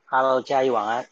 Hello，嘉怡晚安。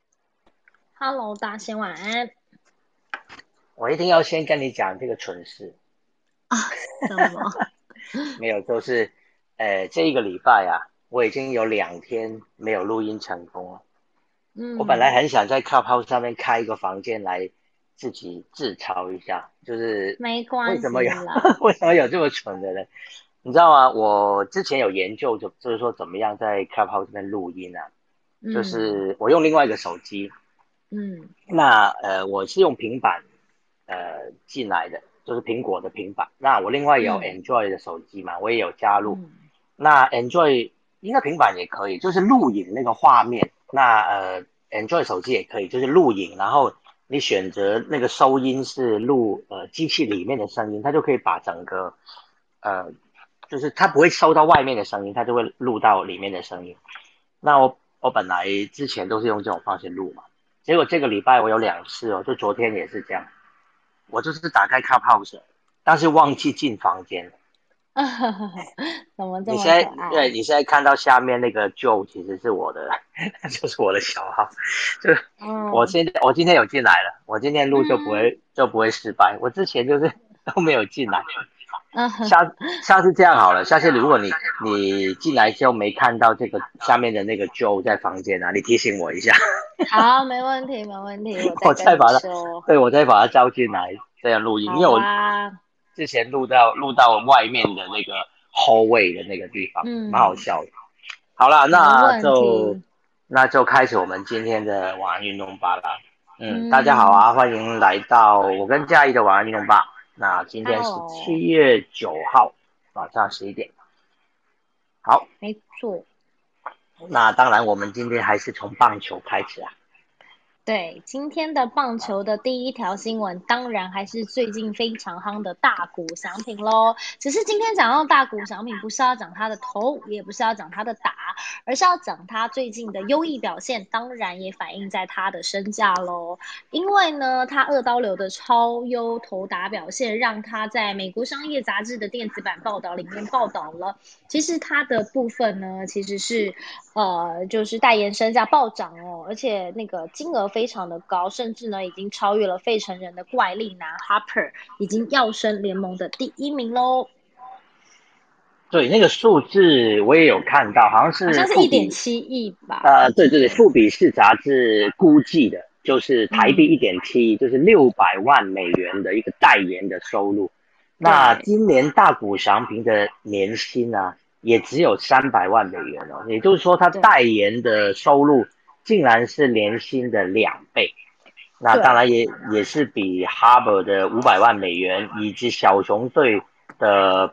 Hello，大仙晚安我一定要先跟你讲这个蠢事。 啊！什么？ 没有，就是这一个礼拜啊，我已经有2天没有录音成功了。我本来嗯， 很想在 Clubhouse 上面开一个房间来自己自嘲一下，就是没关为什么有系啦。 为什么有这么蠢的人？你知道吗？我之前有研究，就是说怎么样在 Clubhouse 这边录音啊，就嗯是我用另外一个手机， 嗯那我是用平板进来的，就是苹果的平板。那我另外有嗯 Android 的手机嘛，我也有加入。 嗯那 Android 应该平板也可以，就是录影那个画面。那Android 手机也可以，就是录影，然后你选择那个收音是录机器里面的声音，它就可以把整个呃就是它不会收到外面的声音，它就会录到里面的声音。那我本来之前都是用这种方式录嘛，结果这个礼拜我有2次哦，就昨天也是这样，我就是打开 Clubhouse，但是忘记进房间。 啊，怎么这么你现在可爱？ 对你现在看到下面那个 Joe 其实是我的，就是我的小号，就是嗯我今天有进来了，我今天录嗯就不会失败，我之前就是都没有进来。 嗯， 下次这样好了，下次如果你进来之后没看到这个下面的那个 Joe 在房间啊，你提醒我一下。 好，没问题，没问题，我再跟你我再把它， 说。 对，我再把它招进来，这样录音，因为好我啊， 之前录到外面的那个 hallway 的那个地方，蛮好嗯， 笑的。好啦， 没问题。 那就开始我们今天的晚安运动吧啦。大家好嗯啊，欢迎来到我跟嘉怡的晚安运动吧。那今天是 ，Hello， 7月9号晚上11点。好， 没错。 那当然我们今天还是从棒球开始啊。 对，今天的棒球的第一条新闻，当然还是最近非常夯的大谷翔平喽。只是今天讲到大谷翔平，不是要讲他的投，也不是要讲他的打，而是要讲他最近的优异表现，当然也反映在他的身价喽。因为呢，他二刀流的超优投打表现，让他在美国商业杂志的电子版报道里面报道了。其实他的部分呢，其实是就是代言身价暴涨哦，而且那个金额非常的高，甚至呢已经超越了费城人的怪力男 Harper，已经跃升联盟的第一名喽， 对，那个数字我也有看到，好像好像是是 1.7亿吧，我对对对， 记得。 富比士杂志估计的，就是台币一嗯， 点七，就是600万美元的一个代言的收入。那对今年大谷翔平的年薪啊，也只有300万美元哦，也就是说他代对言的收入竟然是年薪的2倍。那当然对， 也是比 Harbour 的500万美元以及小熊队的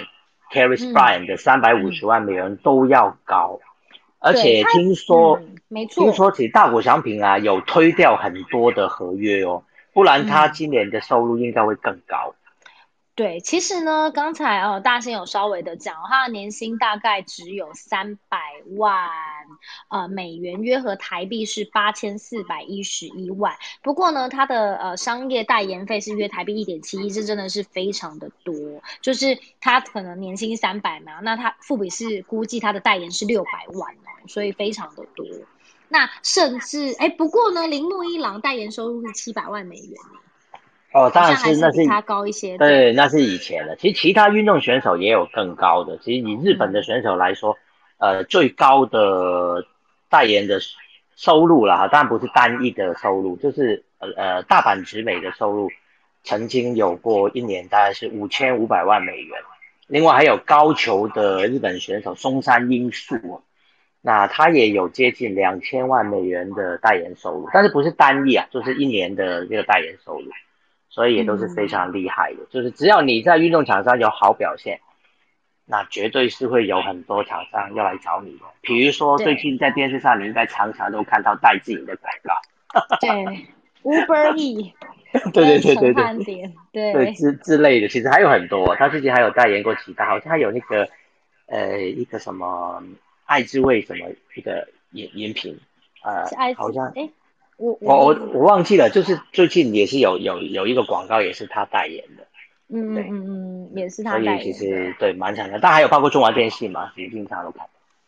Caris 嗯 Bryant 的350 嗯， 万美元都要高。而对他， 且没错， 听说其实大谷翔平啊有推掉很多的合约哦，不然他嗯。 今年的收入应该会更高。 对，其实呢，刚才大仙有稍微的讲，他的年薪大概只有300万美元，约合台币是8411万。不过呢，他的商业代言费是约台币1.7亿，这真的是非常的多。就是他可能年薪300嘛，那他富比士估计他的代言是600万哦，所以非常的多。那甚至哎，不过呢，铃木一郎代言收入是700万美元呢， 哦，当然好像还是那是是比他高一些。 对， 对， 那是以前的。其实其他运动选手也有更高的。其实以日本的嗯。 选手来说，最高的代言的收入啦，当然不是单一的收入，就是大阪直美的收入曾经有过一年大概是5500万美元。另外还有高球的日本选手松山英树，那他也有接近2000万美元的代言收入，但是不是单一啊，就是一年的这个代言收入。所以也都是非嗯， 常厉害的。就是只要你在运动场上有好表现，那绝对是会有很多厂商要来找你的。比如说最对近在电视上，你应该常常都看到戴志颖的广告。 对，Uber E 对对跟陈对对对汉典， 对对， 之类的，其实还有很多。他最近还有代言过其他，好像还有那个一个什么爱之味什么一个饮品， 是艾滋， 好像哎，我我我忘了， 我忘记了，就是最近也是有一个广告也是他代言的。对， 也是他所以代其实言的， 对蛮强的，但还有包括中华电信嘛，也经常都看。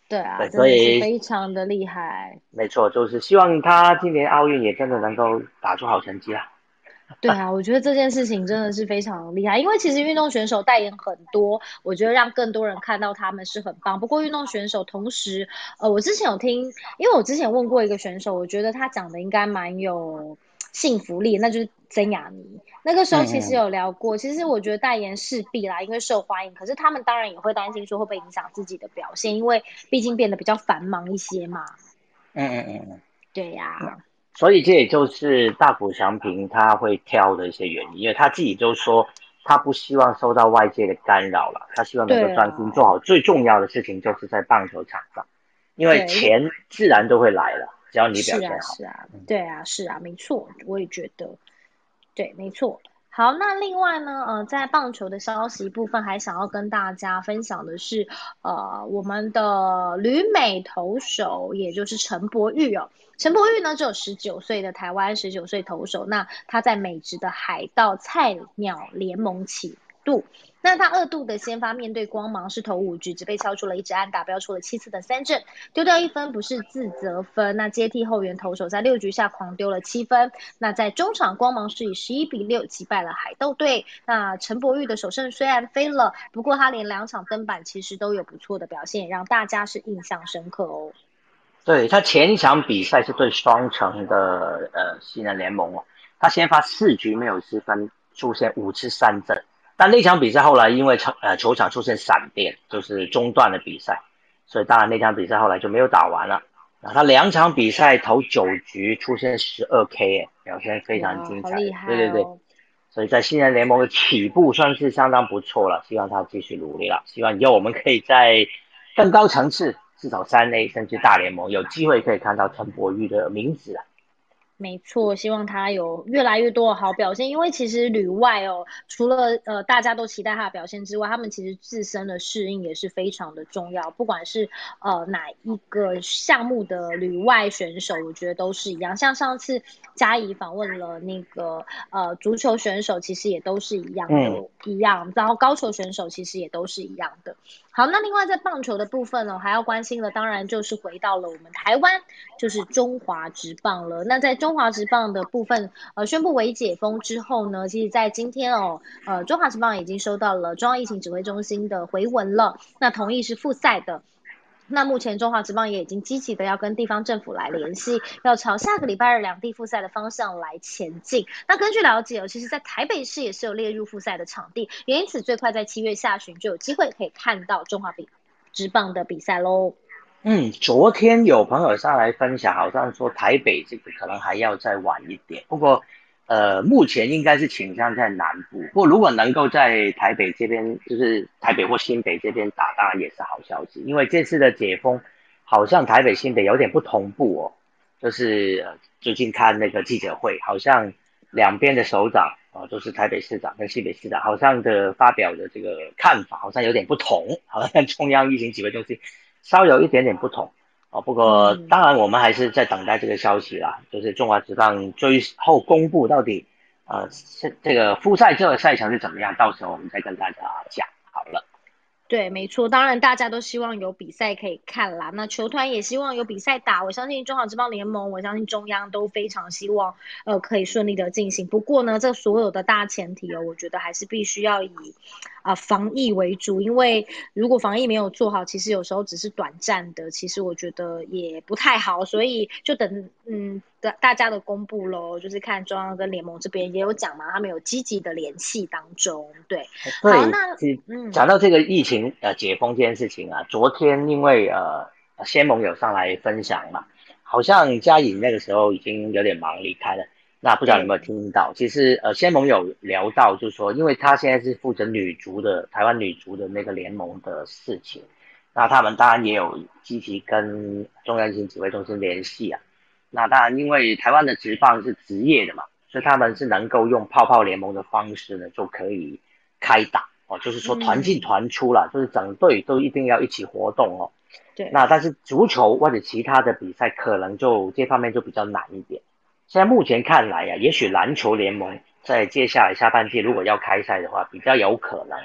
对啊， 对， 真的是所以非常的厉害。 没错，就是希望他今年奥运也真的能够打出好成绩啊。 对啊，我觉得这件事情真的是非常厉害，因为其实运动选手代言很多，我觉得让更多人看到他们是很棒。不过运动选手同时，我之前有听，因为我之前问过一个选手，我觉得他讲的应该蛮有幸福力，那就是曾雅妮。那个时候其实嗯嗯有聊过，其实我觉得代言势必啦，因为受欢迎，可是他们当然也会担心说会不会影响自己的表现，因为毕竟变得比较繁忙一些嘛。 嗯。 对呀， 所以这也就是大谷翔平他会挑的一些原因，因为他自己就说他不希望受到外界的干扰了，他希望能够专心对啊， 做好最重要的事情，就是在棒球场上，因为对， 钱自然都会来了，只要你表是啊， 现好。 是啊，对啊，是啊，没错，我也觉得，对，没错。好，那另外呢，在棒球的消息部分，还想要跟大家分享的是，我们的旅美投手，也就是陈柏宇哦。陈柏宇呢，只有19岁的台湾19岁投手，那他在美职的海盗菜鸟联盟起渡。那他2度的先发面对光芒是投5局，只被敲出了1支安打，标出了7次的3振，丢掉1分不是自责分。那接替后援投手在6局下狂丢了7分。那在中场光芒是以11-6击败了海盗队。那陈柏宇的首胜虽然飞了，不过他连2场登板其实都有不错的表现，让大家是印象深刻哦。 对，他前一场比赛是对双城的新人联盟哦，他先发4局没有失分，出现5次3振，但那场比赛后来因为球场出现闪电，就是中断了比赛，所以当然那场比赛后来就没有打完了。他2场比赛投9局出现12K，表现非常哇， 精彩。 好厉对对对， 害哦！ 所以在新人联盟的起步算是相当不错了，希望他继续努力了，希望以后我们可以在更高层次，至少3A 甚至大联盟有机会可以看到陈柏宇的名字啊。 没错，希望他有越来越多的好表现，因为其实旅外哦，除了大家都期待他的表现之外，他们其实自身的适应也是非常的重要。不管是哪一个项目的旅外选手，我觉得都是一样。像上次嘉怡访问了那个足球选手，其实也都是一样的， 嗯， 一样。然后高球选手其实也都是一样的。好，那另外在棒球的部分呢，还要关心的当然就是回到了我们台湾，就是中华职棒了。那在中华职棒的部分，宣布为解封之后呢，其实在今天哦，中华职棒已经收到了中央疫情指挥中心的回文了，那同意是复赛的。那目前中华职棒也已经积极的要跟地方政府来联系，要朝下个礼拜二两地复赛的方向来前进。那根据了解哦，其实在台北市也是有列入复赛的场地，也因此最快在7月下旬就有机会可以看到中华职棒的比赛喽。 昨天有朋友上来分享，好像说台北这个可能还要再晚一点，不过目前应该是倾向在南部。不过如果能够在台北这边，就是台北或新北这边打，当然也是好消息。因为这次的解封，好像台北新北有点不同步哦。就是最近看那个记者会，好像两边的首长都是台北市长跟新北市长，好像的发表的这个看法好像有点不同，好像中央疫情指挥中心稍有一点点不同。不过嗯。 当然我们还是在等待这个消息啦，就是中华职棒最后公布到底这个复赛这个赛程是怎么样，到时候我们再跟大家讲好了。 对，没错，当然大家都希望有比赛可以看啦。那球团也希望有比赛打，我相信中华职棒联盟，我相信中央都非常希望，可以顺利的进行。不过呢，这所有的大前提哦，我觉得还是必须要以防疫为主，因为如果防疫没有做好，其实有时候只是短暂的，其实我觉得也不太好。所以就等大家的公布咯，就是看中央跟联盟这边也有讲嘛，他们有积极的联系当中。对，好， 对， 那讲到这个疫情解封这件事情啊，昨天因为先盟有上来分享嘛，好像嘉颖那个时候已经有点忙离开了，那不知道有没有对。 听到？其实先盟有聊到，就是说，因为他现在是负责台湾女足的那个联盟的事情，那他们当然也有积极跟中央疫情指挥中心联系啊。那当然，因为台湾的职棒是职业的嘛，所以他们是能够用泡泡联盟的方式呢，就可以开打哦，就是说团进嗯， 团出啦，就是整队都一定要一起活动哦。那对， 但是足球或者其他的比赛可能就这方面就比较难一点。现在目前看来呀，也许篮球联盟在接下来下半季如果要开赛的话，比较有可能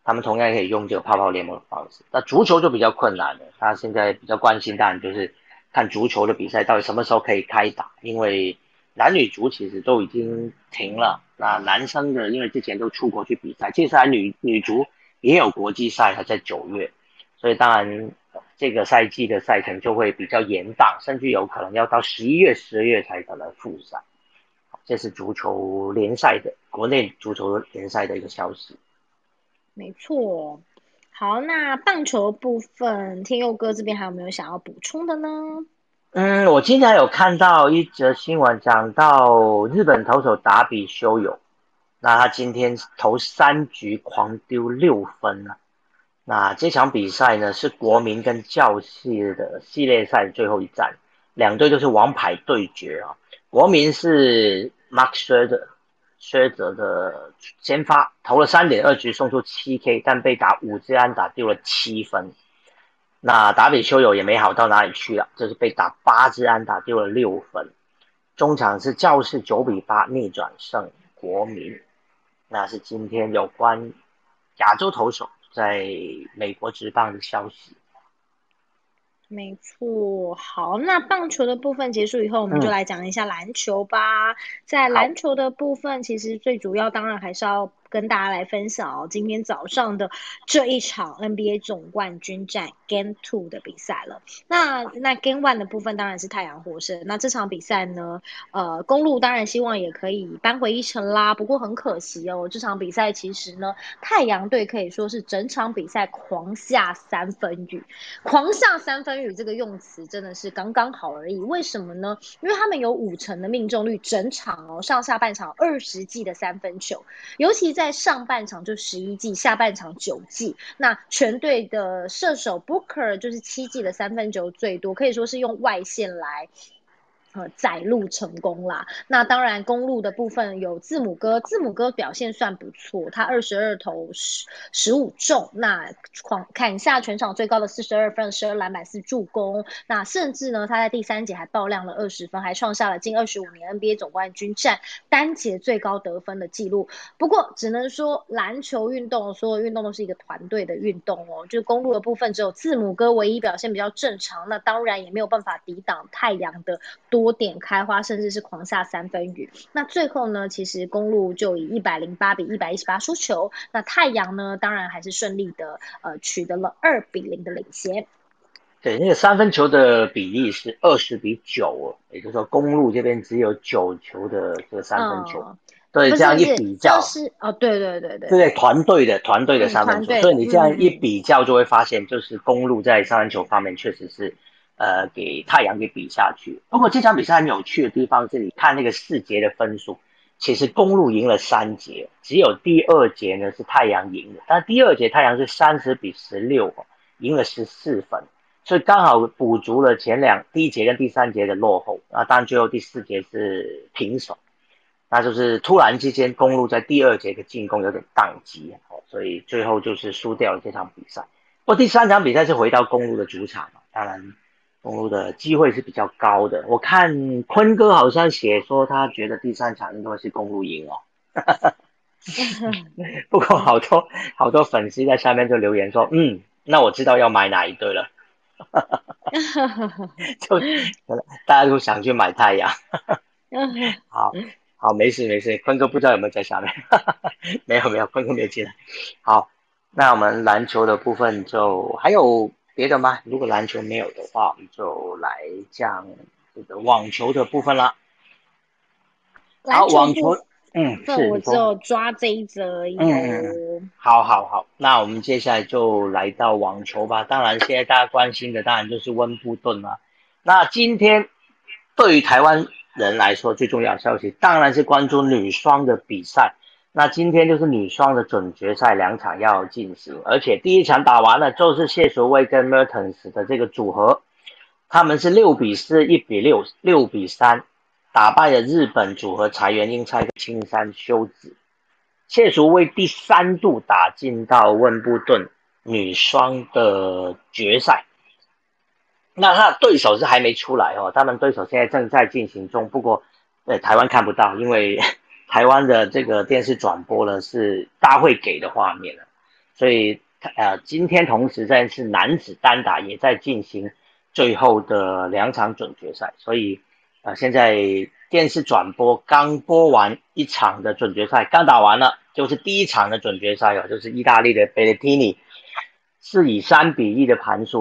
他们同样可以用这个泡泡联盟的方式。那足球就比较困难了，他现在比较关心当然就是看足球的比赛到底什么时候可以开打，因为男女足其实都已经停了。那男生的因为之前都出国去比赛，接下来女足也有国际赛，还在9月，所以当然这个赛季的赛程就会比较延档，甚至有可能要到11月、12月才可能复赛。这是足球联赛的国内足球联赛的一个消息。 没错。好，那棒球部分，天佑哥这边还有没有想要补充的呢？ 我今天有看到一则新闻，讲到日本投手达比修有，那他今天投3局狂丢6分了。那这场比赛呢是国民跟教士的系列赛最后一战，两队都是王牌对决啊。国民是 Mark Scherzer 的先发，投了3.2局送出7K， 但被打5支安打丢了7分。那达比修有也没好到哪里去了，就是被打8支安打丢了6分。中场是教士9-8逆转胜国民。那是今天有关亚洲投手在美国职棒的消息。 没错，好，那棒球的部分结束以后，我们就来讲一下篮球吧。在篮球的部分，其实最主要当然还是要跟大家来分享今天早上的这一场 NBA 总冠军战 Game 2的比赛了。那 Game 1的部分当然是太阳获胜。那这场比赛呢，公鹿当然希望也可以扳回一城啦。不过很可惜这场比赛其实呢，太阳队可以说是整场比赛狂下3分雨，狂下3分雨这个用词真的是刚刚好而已。为什么呢？因为他们有50%的命中率，整场上下半场20记的3分球，尤其在上半场就11记，下半场9记。那全队的射手 Booker 就是7记的3分球最多，可以说是用外线来载入成功啦。那当然公路的部分有字母哥表现算不错，他22投15中，那砍下全场最高的42分，12篮板4助攻。那甚至呢，他在第3节还爆量了20分，还创下了近25年 NBA 总冠军战单节最高得分的记录。不过只能说篮球运动所有运动都是一个团队的运动就公路的部分只有字母哥唯一表现比较正常，那当然也没有办法抵挡太阳的多点开花，甚至是狂下3分雨。那最后呢，其实公鹿就以108-118输球。那太阳呢，当然还是顺利的取得了2-0的领先。 对，那个3分球的比例是20-9也就是说公鹿这边只有9球的这个3分球。对，这样一比较， 就是对， 对团队的3分球，所以你这样一比较就会发现，就是公鹿在3分球方面确实是给太阳给比下去。不过这场比赛很有趣的地方是，你看那个4节的分数，其实公鹿赢了3节，只有第2节呢是太阳赢的，但第2节太阳是30-16赢了14分。所以刚好补足了第1节跟第3节的落后，当然最后第4节是平手，那就是突然之间公鹿在第2节的进攻有点宕机，所以最后就是输掉了这场比赛。不过第3场比赛是回到公鹿的主场，当然公鹿的机会是比较高的。我看坤哥好像写说他觉得第3场应该是公鹿赢不过好多粉丝在下面就留言说，那我知道要买哪一队了。就大家都想去买太阳。好，没事，坤哥不知道有没有在下面。没有，坤哥没有进来。好，那我们篮球的部分就还有别的吗？如果篮球没有的话，我们就来讲这个网球的部分啦。好，网球是我只有抓这一则而已好，那我们接下来就来到网球吧。当然现在大家关心的当然就是温布顿啦。那今天对于台湾人来说最重要的消息当然是关注女双的比赛。那今天就是女双的准决赛2场要进行，而且第1场打完了就是谢淑薇跟 Mertens 的这个组合，他们是6-4、1-6、6-3打败了日本组合柴原英菜跟青山修子。谢淑薇第3度打进到温布顿女双的决赛。那他的对手是还没出来他们对手现在正在进行中，不过台湾看不到，因为台湾的这个电视转播呢是大会给的画面所以今天同时在是男子单打也在进行最后的2场准决赛，所以现在电视转播刚播完一场的准决赛，刚打完了，就是第一场的准决赛就是意大利的 Berrettini 是以3-1的盘数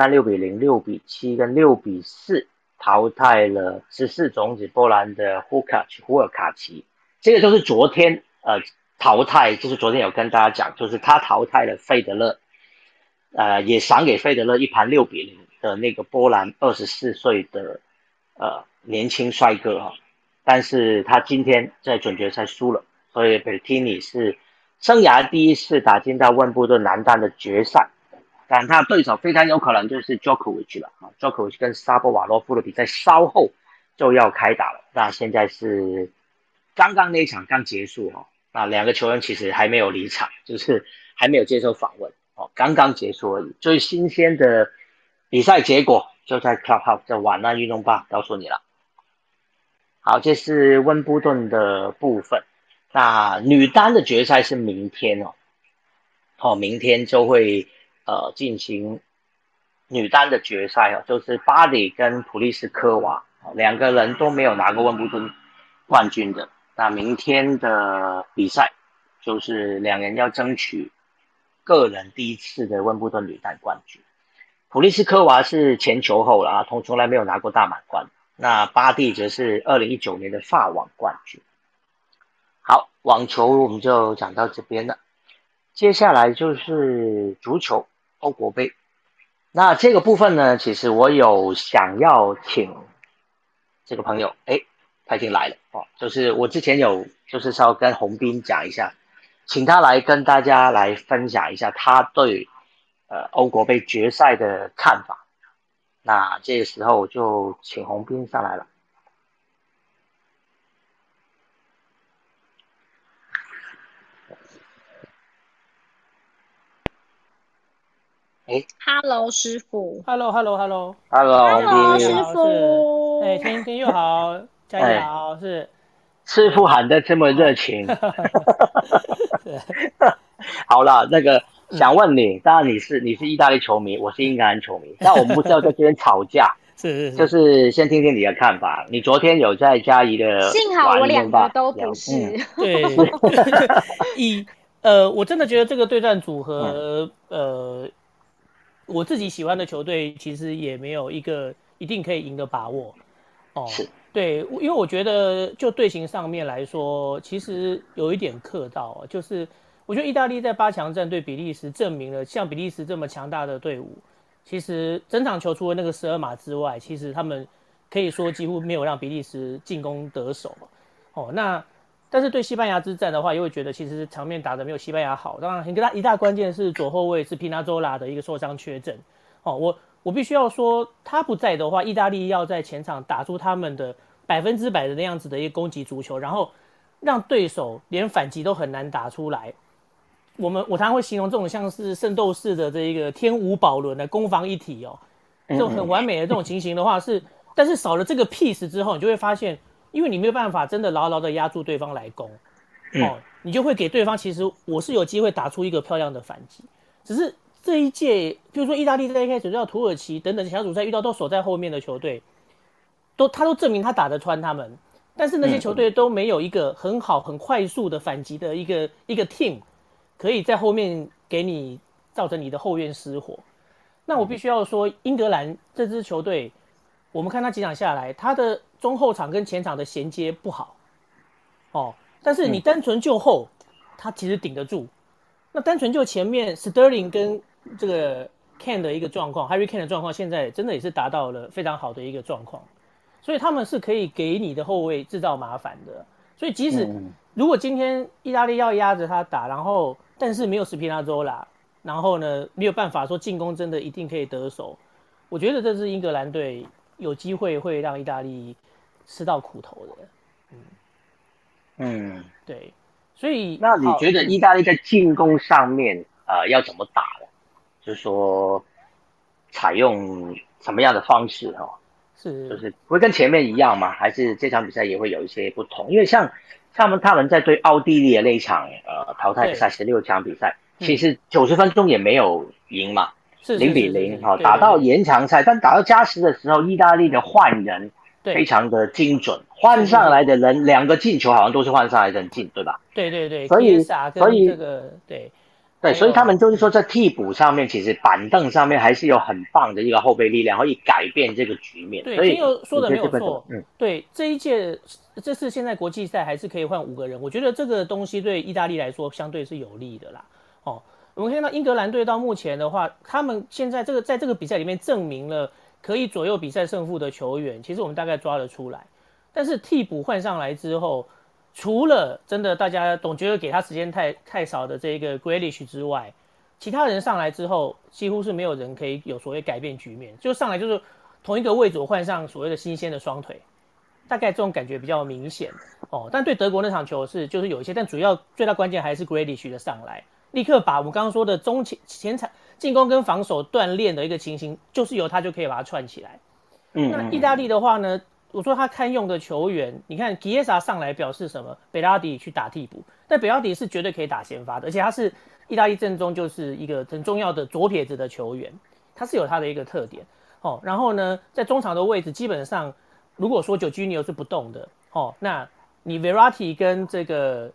6-3、6-0、6-7跟6-4淘汰了14种子波兰的胡尔卡奇。这个就是昨天淘汰，就是昨天有跟大家讲，就是他淘汰了费德勒，也赏给费德勒一盘6-0的那个波兰24岁的年轻帅哥但是他今天在准决赛输了，所以 Berrettini 是生涯第一次打进到温布顿男单的决赛，但他的对手非常有可能就是 Djokovic 了Djokovic 跟沙波瓦洛夫的比赛稍后就要开打了，那现在是刚刚那一场刚结束那2个球员其实还没有离场，就是还没有接受访问刚刚结束而已。最新鲜的比赛结果就在 Clubhouse 在晚安运动吧告诉你了。好，这是温布顿的部分。那女单的决赛是明天明天就会进行女单的决赛就是巴里跟普利斯科娃2个人都没有拿过温布顿冠军的。那明天的比赛就是2人要争取个人第一次的温布顿女单冠军。普利斯科娃是前球后了从来没有拿过大满贯。那巴蒂则是2019年的法网冠军。好，网球我们就讲到这边了，接下来就是足球欧国杯。那这个部分呢，其实我有想要请这个朋友，他已经来了就是我之前有就是稍微跟洪斌讲一下，请他来跟大家来分享一下他对欧国杯决赛的看法。那这个时候就请洪斌上来了。 Hello 师傅 Hello， Hello 洪师斌， 傅， 天又好，家里好，是师傅喊得这么热情。好了，那个想问你，当然你是意大利球迷，我是英格兰球迷，但我们不是要在这边吵架， 是， 就是先听听你的看法。你昨天有在嘉义的， 幸好我2个都不是。 对，我真的觉得这个对战组合，我自己喜欢的球队其实也没有一个一定可以赢的把握是， 对，因为我觉得就队形上面来说，其实有一点客套就是我觉得意大利在8强战对比利时证明了，像比利时这么强大的队伍，其实整场球除了那个12码之外，其实他们可以说几乎没有让比利时进攻得手但是对西班牙之战的话，又会觉得其实场面打得没有西班牙好。当然，一大关键是左后卫是皮纳佐拉的一个受伤缺阵。我必须要说，他不在的话，意大利要在前场打出他们的100%的那样子的一个攻击足球，然后让对手连反击都很难打出来。我常常会形容这种像是圣斗士的这一个天无宝轮的攻防一体这种很完美的这种情形的话是，但是少了这个 piece 之后，你就会发现。因为你没有办法真的牢牢的压住对方来攻你就会给对方其实我是有机会打出一个漂亮的反击，只是这一届比如说意大利在一开始遇到土耳其等等小组赛遇到都守在后面的球队他都证明他打得穿他们，但是那些球队都没有一个很好很快速的反击的一个 team 可以在后面给你造成你的后院失火。那我必须要说英格兰这支球队我们看他几场下来，他的中后场跟前场的衔接不好但是你单纯就后他其实顶得住。那单纯就前面 Sterling 跟这个 Kane 的一个状况 Harry Kane 的状况现在真的也是达到了非常好的一个状况，所以他们是可以给你的后卫制造麻烦的。所以即使如果今天意大利要压着他打，然后但是没有斯皮纳佐拉，然后呢没有办法说进攻真的一定可以得手，我觉得这支英格兰队有机会会让意大利吃到苦头的。对，所以那你觉得意大利在进攻上面要怎么打呢？就是说采用什么样的方式就是会跟前面一样吗？还是这场比赛也会有一些不同？因为像像他们在对奥地利的那一场淘汰赛16强比赛，其实90分钟也没有赢嘛，0-0打到延长赛，但打到加时的时候，意大利的换人非常的精准，换上来的人2个进球好像都是换上来的人进，对吧？ 对， 所以这个对，所以他们就是说在替补上面，其实板凳上面还是有很棒的一个后备力量，可以改变这个局面。 对， 所以说的没有错。对，这一届这次现在国际赛还是可以换5个人，我觉得这个东西对意大利来说相对是有利的啦。我们看到英格兰队到目前的话，他们现在在这个比赛里面证明了可以左右比赛胜负的球员，其实我们大概抓得出来。但是替补换上来之后，除了真的大家总觉得给他时间太少的这个 Grealish 之外，其他人上来之后几乎是没有人可以有所谓改变局面，就上来就是同一个位置换上所谓的新鲜的双腿，大概这种感觉比较明显但对德国那场球就是有一些，但主要最大关键还是 Grealish 的上来，立刻把我们刚刚说的前场进攻跟防守锻炼的一个情形，就是由他就可以把它串起来。那意大利的话呢？我说他堪用的球员，你看吉耶萨上来表示什么？贝拉迪去打替补，但贝拉迪是绝对可以打先发的，而且他是意大利阵中就是一个很重要的左撇子的球员，他是有他的一个特点然后呢，在中场的位置基本上，如果说Jorginho是不动的那你 Verratti 跟这个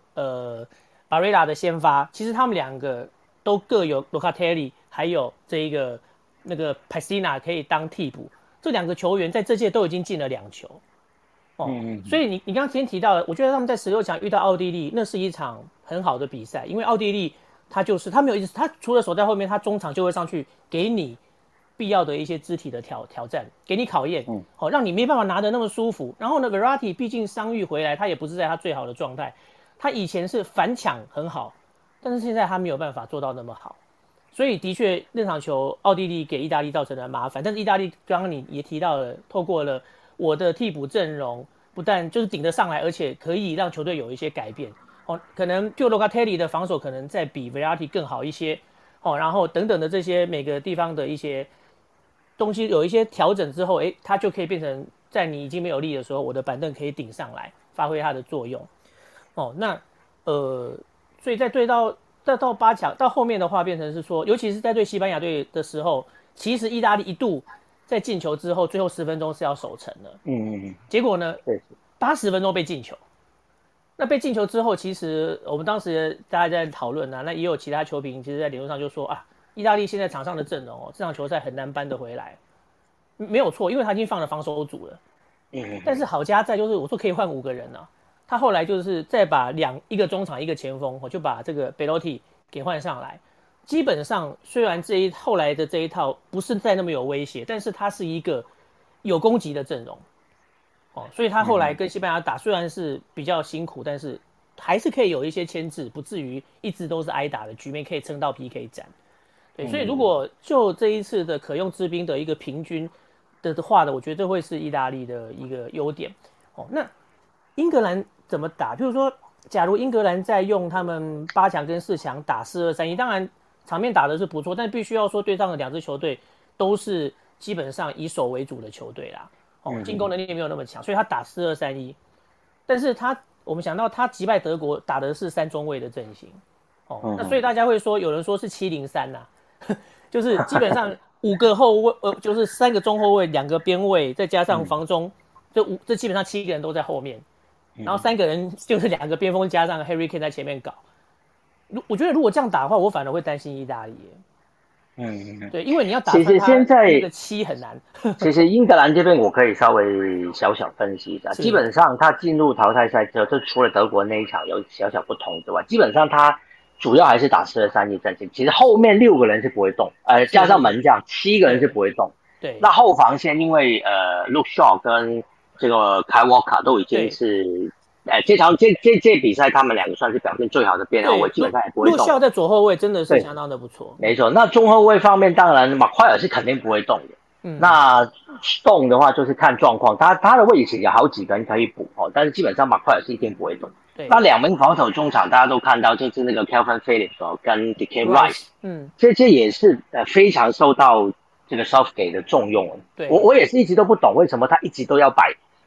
Barella 的先发，其实他们2个都各有 Locatelli 还有这一个那个 Pessina 可以当替补。这2个球员在这届都已经进了2球所以你刚刚先提到的，我觉得他们在16强遇到奥地利，那是一场很好的比赛，因为奥地利他没有意思，他除了守在后面，他中场就会上去给你必要的一些肢体的挑战，给你考验让你没办法拿得那么舒服。然后呢 Verratti 毕竟伤愈回来，他也不是在他最好的状态，他以前是反抢很好，但是现在他没有办法做到那么好。所以的确那场球奥地利给意大利造成了麻烦，但是意大利刚刚你也提到了，透过了我的替补阵容，不但就是顶得上来，而且可以让球队有一些改变可能就 Locatelli 的防守可能再比 Verratti 更好一些然后等等的这些每个地方的一些东西有一些调整之后他就可以变成在你已经没有力的时候，我的板凳可以顶上来发挥它的作用那所以在对到8强到后面的话，变成是说，尤其是在对西班牙队的时候，其实意大利一度在进球之后，最后10分钟是要守成的。结果呢，80分钟被进球。那被进球之后，其实我们当时大家在讨论那也有其他球评，其实在理论上就说意大利现在场上的阵容这场球赛很难扳得回来，没有错，因为他已经放了防守组了。但是好家在就是我说可以换5个人他后来就是再把一个中场一个前锋就把这个 Belotti 给换上来，基本上虽然后来的这一套不是再那么有威胁，但是他是一个有攻击的阵容所以他后来跟西班牙打虽然是比较辛苦，但是还是可以有一些牵制，不至于一直都是挨打的局面，可以撑到 PK 战。对，所以如果就这一次的可用之兵的一个平均的话我觉得这会是意大利的一个优点那英格兰怎么打？譬如说，假如英格兰在用他们8强跟4强打4-2-3-1，当然场面打的是不错，但必须要说对上的2支球队都是基本上以守为主的球队啦，进攻能力没有那么强，所以他打4-2-3-1，但是我们想到他击败德国打的是3中卫的阵型，那所以大家会说，有人说是7-0-3啦，就是基本上5个后卫，就是3个中后卫，2个边卫，再加上防中，这基本上7个人都在后面。然后3个人就是2个边锋加上 Harry Kane 在前面搞，我觉得如果这样打的话，我反而会担心意大利对，因为你要打穿他那个7很难。 其实英格兰这边我可以稍微小分析一下，基本上他进入淘汰赛之后，就除了德国那一场有小不同之外，基本上他主要还是打4-2-3-1阵型，其实后面6个人是不会动，加上门将7个人是不会动。 对， 那后防线因为Luke Shaw 跟这个 Kyle Walker 都已经是，这比赛他们2个算是表现最好的边后卫，基本上也不会动。 Luke Shaw 在左后卫真的是相当的不错。 没错，那中后卫方面，当然马奎尔是肯定不会动的。那动的话就是看状况，他的位置有好几个人可以补但是基本上马奎尔是一定不会动。那2名防守中场大家都看到，就是那个 Calvin Phillips 跟 Declan Rice，这也是非常受到这个 Southgate 的重用。我也是一直都不懂为什么他一直都要摆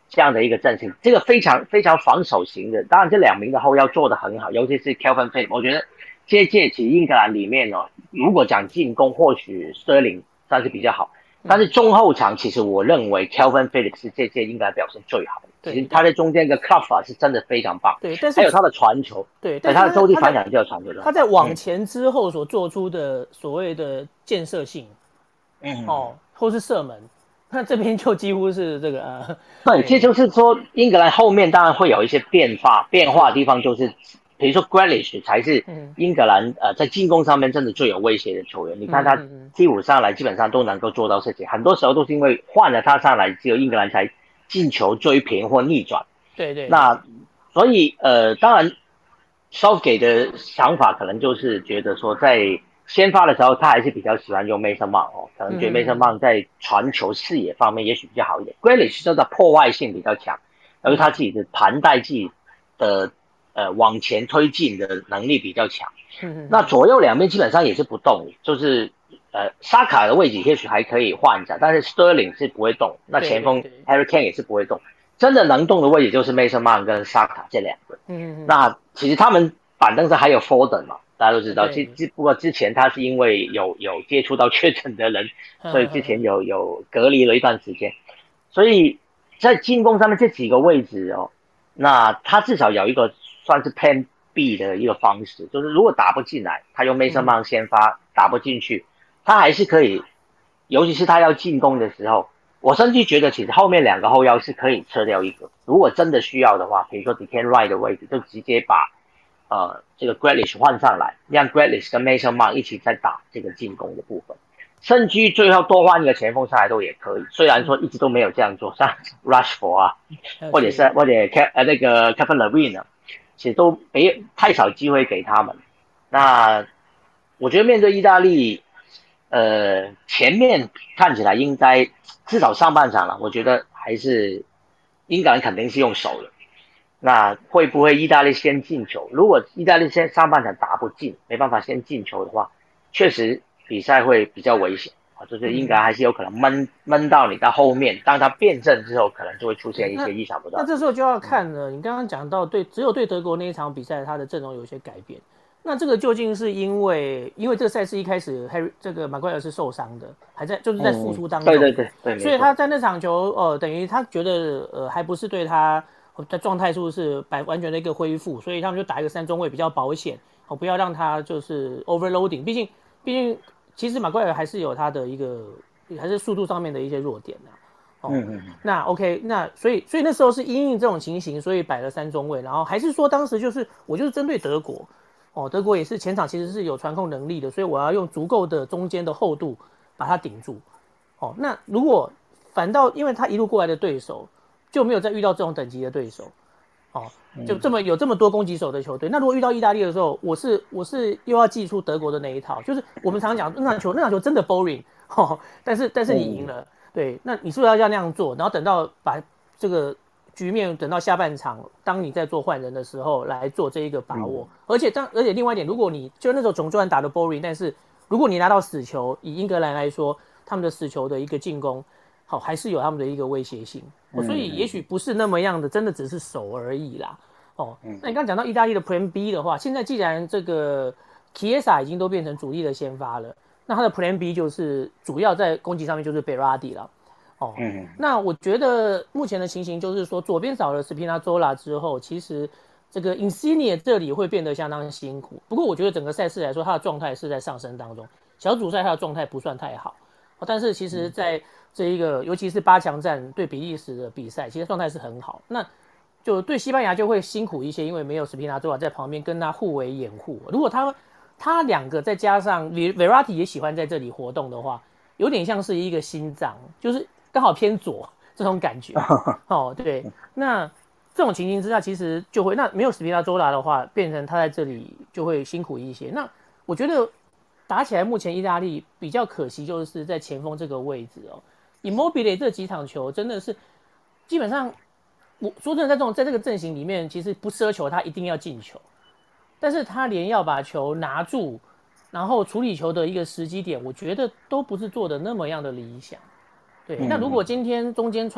这样的一个阵型，这个非常非常防守型的。当然，这两名的后腰做得很好，尤其是 Calvin Phillips，我觉得这届其实英格兰里面哦，如果讲进攻，或许 Sterling 算是比较好，但是中后场其实我认为 Calvin Phillips 是这届应该表现最好的。其实他在中间的 cover 是真的非常棒， 对，但是还有他的传球， 对，但是他的洲际反抢就有传球， 他在往前之后所做出的所谓的建设性，或是射门，那这边就几乎是这个对，这就是说英格兰后面当然会有一些变化的地方，就是比如说 Grealish 才是英格兰在进攻上面真的最有威胁的球员。你看他替补上来基本上都能够做到事情，很多时候都是因为换了他上来，只有英格兰才进球追平或逆转。 对， 那所以当然 Southgate 的想法可能就是觉得说在先发的时候他还是比较喜欢用 Mason Mount 可能觉得 Mason Mount 在传球视野方面也许比较好一点。Grealish 真的破坏性比较强，而且他自己的盘带自己的往前推进的能力比较强。那左右两边基本上也是不动，就是沙卡的位置也许还可以换一下，但是 Sterling 是不会动，那前锋 Harry Kane 也是不会动，真的能动的位置就是 Mason Mount 跟沙卡这两个。那其实他们板凳上还有 Foden 嘛，大家都知道，不过之前他是因为有接触到确诊的人，所以之前有隔离了一段时间，所以在进攻上面这几个位置那他至少有一个算是 Plan B 的一个方式，就是如果打不进来，他用 Mason Mount 先发，打不进去，他还是可以，尤其是他要进攻的时候，我甚至觉得其实后面两个后腰是可以撤掉一个，如果真的需要的话，比如说 Declan Rice 的位置就直接把这个 Grealish 换上来，让 Grealish 跟 Mason Mount 一起在打这个进攻的部分，甚至最后多换一个前锋上来都也可以，虽然说一直都没有这样做，像 Rashford 或者那个 Kevin Levine 其实都没太少机会给他们。那我觉得面对意大利前面看起来应该至少上半场了，我觉得还是英格兰肯定是用手的。那会不会意大利先进球？如果意大利先上半场打不进，没办法先进球的话，确实比赛会比较危险就是英格兰还是有可能闷到你到后面，当他变阵之后，可能就会出现一些意想不到。 那这时候就要看了，你刚刚讲到只有对德国那一场比赛，他的阵容有一些改变。那这个究竟是因为这个赛事一开始这个马奎尔是受伤的，还在就是在复出当中， 对， 所以他在那场球等于他觉得还不是对他的状态是完全的一个恢复，所以他们就打一个3中卫比较保险，不要让他就是 overloading， 毕竟其实马奎尔还是有他的一个还是速度上面的一些弱点那 OK， 那所以那时候是因应这种情形，所以摆了3中卫，然后还是说当时我就是针对德国德国也是前场其实是有传控能力的，所以我要用足够的中间的厚度把它顶住那如果反倒因为他一路过来的对手就没有再遇到这种等级的对手就有这么多攻击手的球队，那如果遇到意大利的时候，我是又要祭出德国的那一套，就是我们常讲那场球真的 boring 但是你赢了对，那你是不是要那样做，然后等到把这个局面等到下半场，当你在做换人的时候来做这一个把握，而且另外一点，如果你就那时候总然打的 boring， 但是如果你拿到死球，以英格兰来说，他们的死球的一个进攻，还是有他们的一个威胁性所以也许不是那么样的，真的只是守而已啦那你刚刚讲到意大利的 Plan B 的话，现在既然这个 Chiesa 已经都变成主力的先发了，那他的 Plan B 就是主要在攻击上面就是 Berardi 了那我觉得目前的情形就是说，左边少了 Spinazzola 之后，其实这个 Insigne 这里会变得相当辛苦。不过我觉得整个赛事来说，他的状态是在上升当中。小组赛他的状态不算太好但是其实在这一个尤其是8强战对比利时的比赛，其实状态是很好。那就对西班牙就会辛苦一些，因为没有 Spinazzola 在旁边跟他互为掩护。如果他两个再加上 Verratti 也喜欢在这里活动的话，有点像是一个心脏，就是刚好偏左这种感觉对，那这种情形之下，其实就会那没有Spinazzola的话，变成他在这里就会辛苦一些。那我觉得打起来，目前意大利比较可惜，就是在前锋这个位置Immobile 这几场球真的是基本上，我说真的，在这个阵型里面，其实不奢求他一定要进球，但是他连要把球拿住，然后处理球的一个时机点，我觉得都不是做的那么样的理想。对，那如果今天中间穿插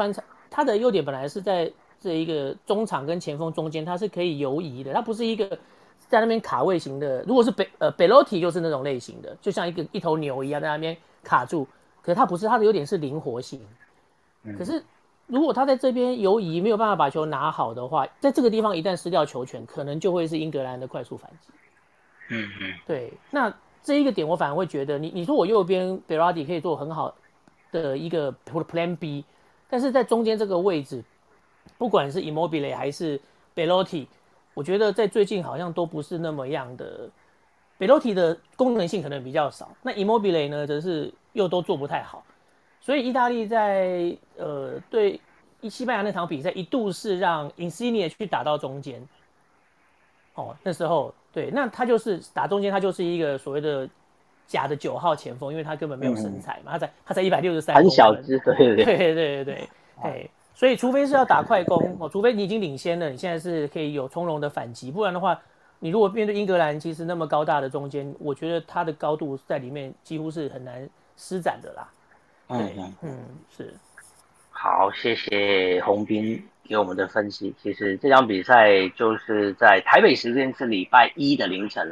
他的优点本来是在这一个中场跟前锋中间，他是可以游移的，他不是一个在那边卡位型的。如果是Belotti 就是那种类型的，就像一头牛一样在那边卡住，可是他不是，他的优点是灵活性。可是如果他在这边游移没有办法把球拿好的话，在这个地方一旦失掉球权，可能就会是英格兰的快速反击。对，那这一个点我反而会觉得你说我右边 Berardi 可以做很好的一个 Plan B， 但是在中间这个位置，不管是 Immobile 还是 Belotti， 我觉得在最近好像都不是那么样的。Belotti 的功能性可能比较少，那 Immobile 呢，则是又都做不太好。所以意大利在对西班牙那场比赛一度是让 Insigne 去打到中间，那时候对，那他就是打中间，他就是一个所谓的假的9号前锋，因为他根本没有身材嘛，他才163公分， 很小只， 对，所以除非是要打快攻，除非你已经领先了，你现在是可以有从容的反击，不然的话，你如果面对英格兰其实那么高大的中间，我觉得他的高度在里面几乎是很难施展的啦。是。 好，谢谢洪斌给我们的分析。其实这场比赛就是在台北时间是礼拜一的凌晨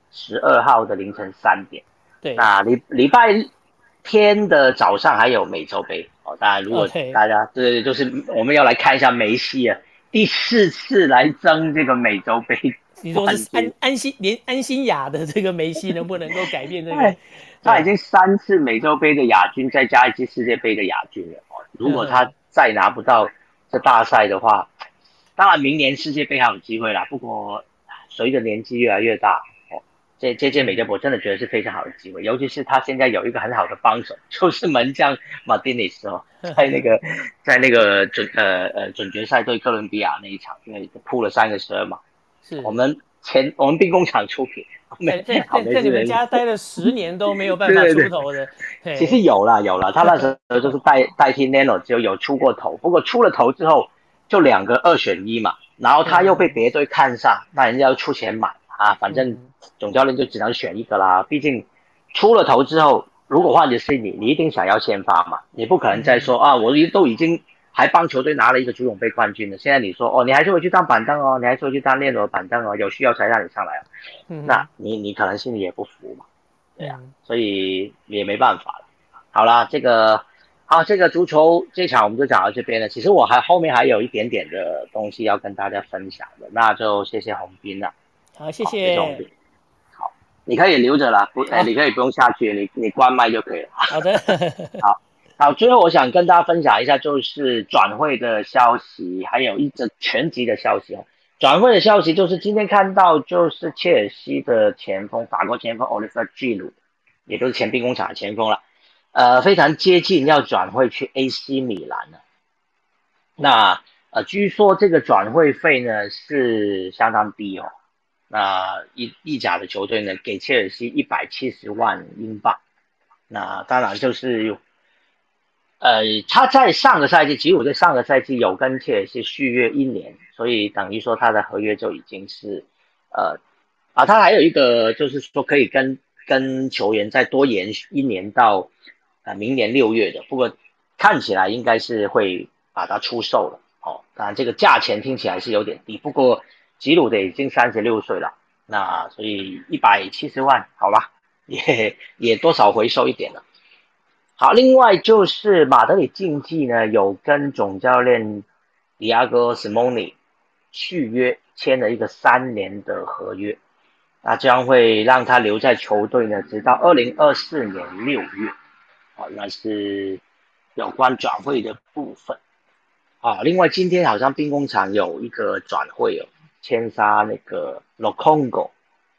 12号的凌晨3点。 对。 那礼拜天的早上还有美洲杯当然如果大家对，就是我们要来看一下梅西第4次来争这个美洲杯。 你说是连安心亚的这个梅西能不能够改变这个？ 他已经3次美洲杯的亚军，再加一次世界杯的亚军了如果他再拿不到这大赛的话，当然明年世界杯还有机会啦。不过随着年纪越来越大这届美洲杯真的觉得是非常好的机会，尤其是他现在有一个很好的帮手，就是门将马丁内斯在那个准决赛对哥伦比亚那一场，因为扑了3个12码，我们兵工厂出品。 在你们家待了10年都没有办法出头的。 其实有啦，他那时候就是代替 Neno 就有出过头，不过出了头之后就2个2选1嘛，然后他又被别队看上，那人家要出钱买反正总教练就只能选一个啦。毕竟出了头之后，如果换的是你一定想要先发嘛，你不可能再说我都已经还帮球队拿了一个足总杯冠军了，现在你说你还是会去当板凳你还是会去当练罗板凳有需要才让你上来那你可能心里也不服嘛，对所以也没办法了。好啦，这个足球这场我们就讲到这边了。其实我后面还有一点点的东西要跟大家分享的，那就谢谢洪斌了。 好，谢谢。 好，你可以留着啦，你可以不用下去，你关麦就可以了。 好的。 好，最后我想跟大家分享一下，就是转会的消息，还有一则全集的消息转会的消息就是今天看到，就是切尔西的前锋，法国前锋 Olivier Giroud， 也就是前兵工厂的前锋了，非常接近要转会去 AC 米兰了。那据说这个转会费呢是相当低那意甲的球队呢给切尔西170万英镑。那当然就是他在上个赛季，Giroud在上个赛季有跟切尔西续约1年，所以等于说他的合约就已经是他还有一个就是说可以跟球员再多延1年到明年6月的，不过看起来应该是会把他出售了当然这个价钱听起来是有点低，不过Giroud的已经36岁了，那所以170万好吧，也多少回收一点了。好，另外就是马德里竞技呢有跟总教练Diego Simeone续约，签了一个3年的合约，那将会让他留在球队呢直到2024年6月那是有关转会的部分另外今天好像兵工厂有一个转会签杀那个 Lokongo，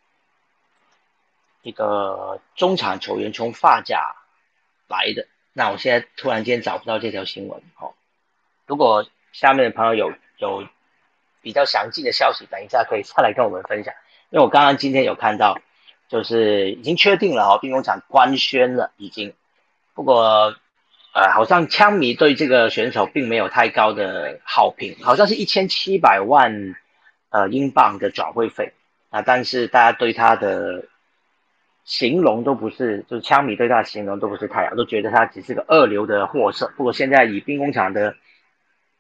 一个中场球员，从法甲来的。那我现在突然间找不到这条新闻如果下面的朋友有比较详尽的消息，等一下可以再来跟我们分享。因为我刚刚今天有看到，就是已经确定了兵工厂官宣了已经，不过好像枪迷对这个选手并没有太高的好评，好像是1700万英镑的转会费但是大家对他的形容都不是，就是枪迷对他的形容都不是太好，都觉得他只是个2流的货色。不过现在以兵工厂的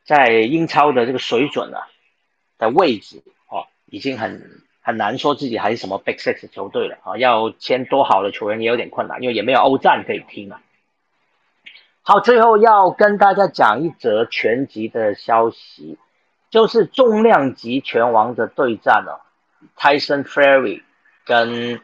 在英超的这个水准的位置已经很难说自己还是什么 Big Six 球队了要签多好的球员也有点困难，因为也没有欧战可以踢嘛。好，最后要跟大家讲一则拳击的消息，就是重量级拳王的对战Tyson Fury 跟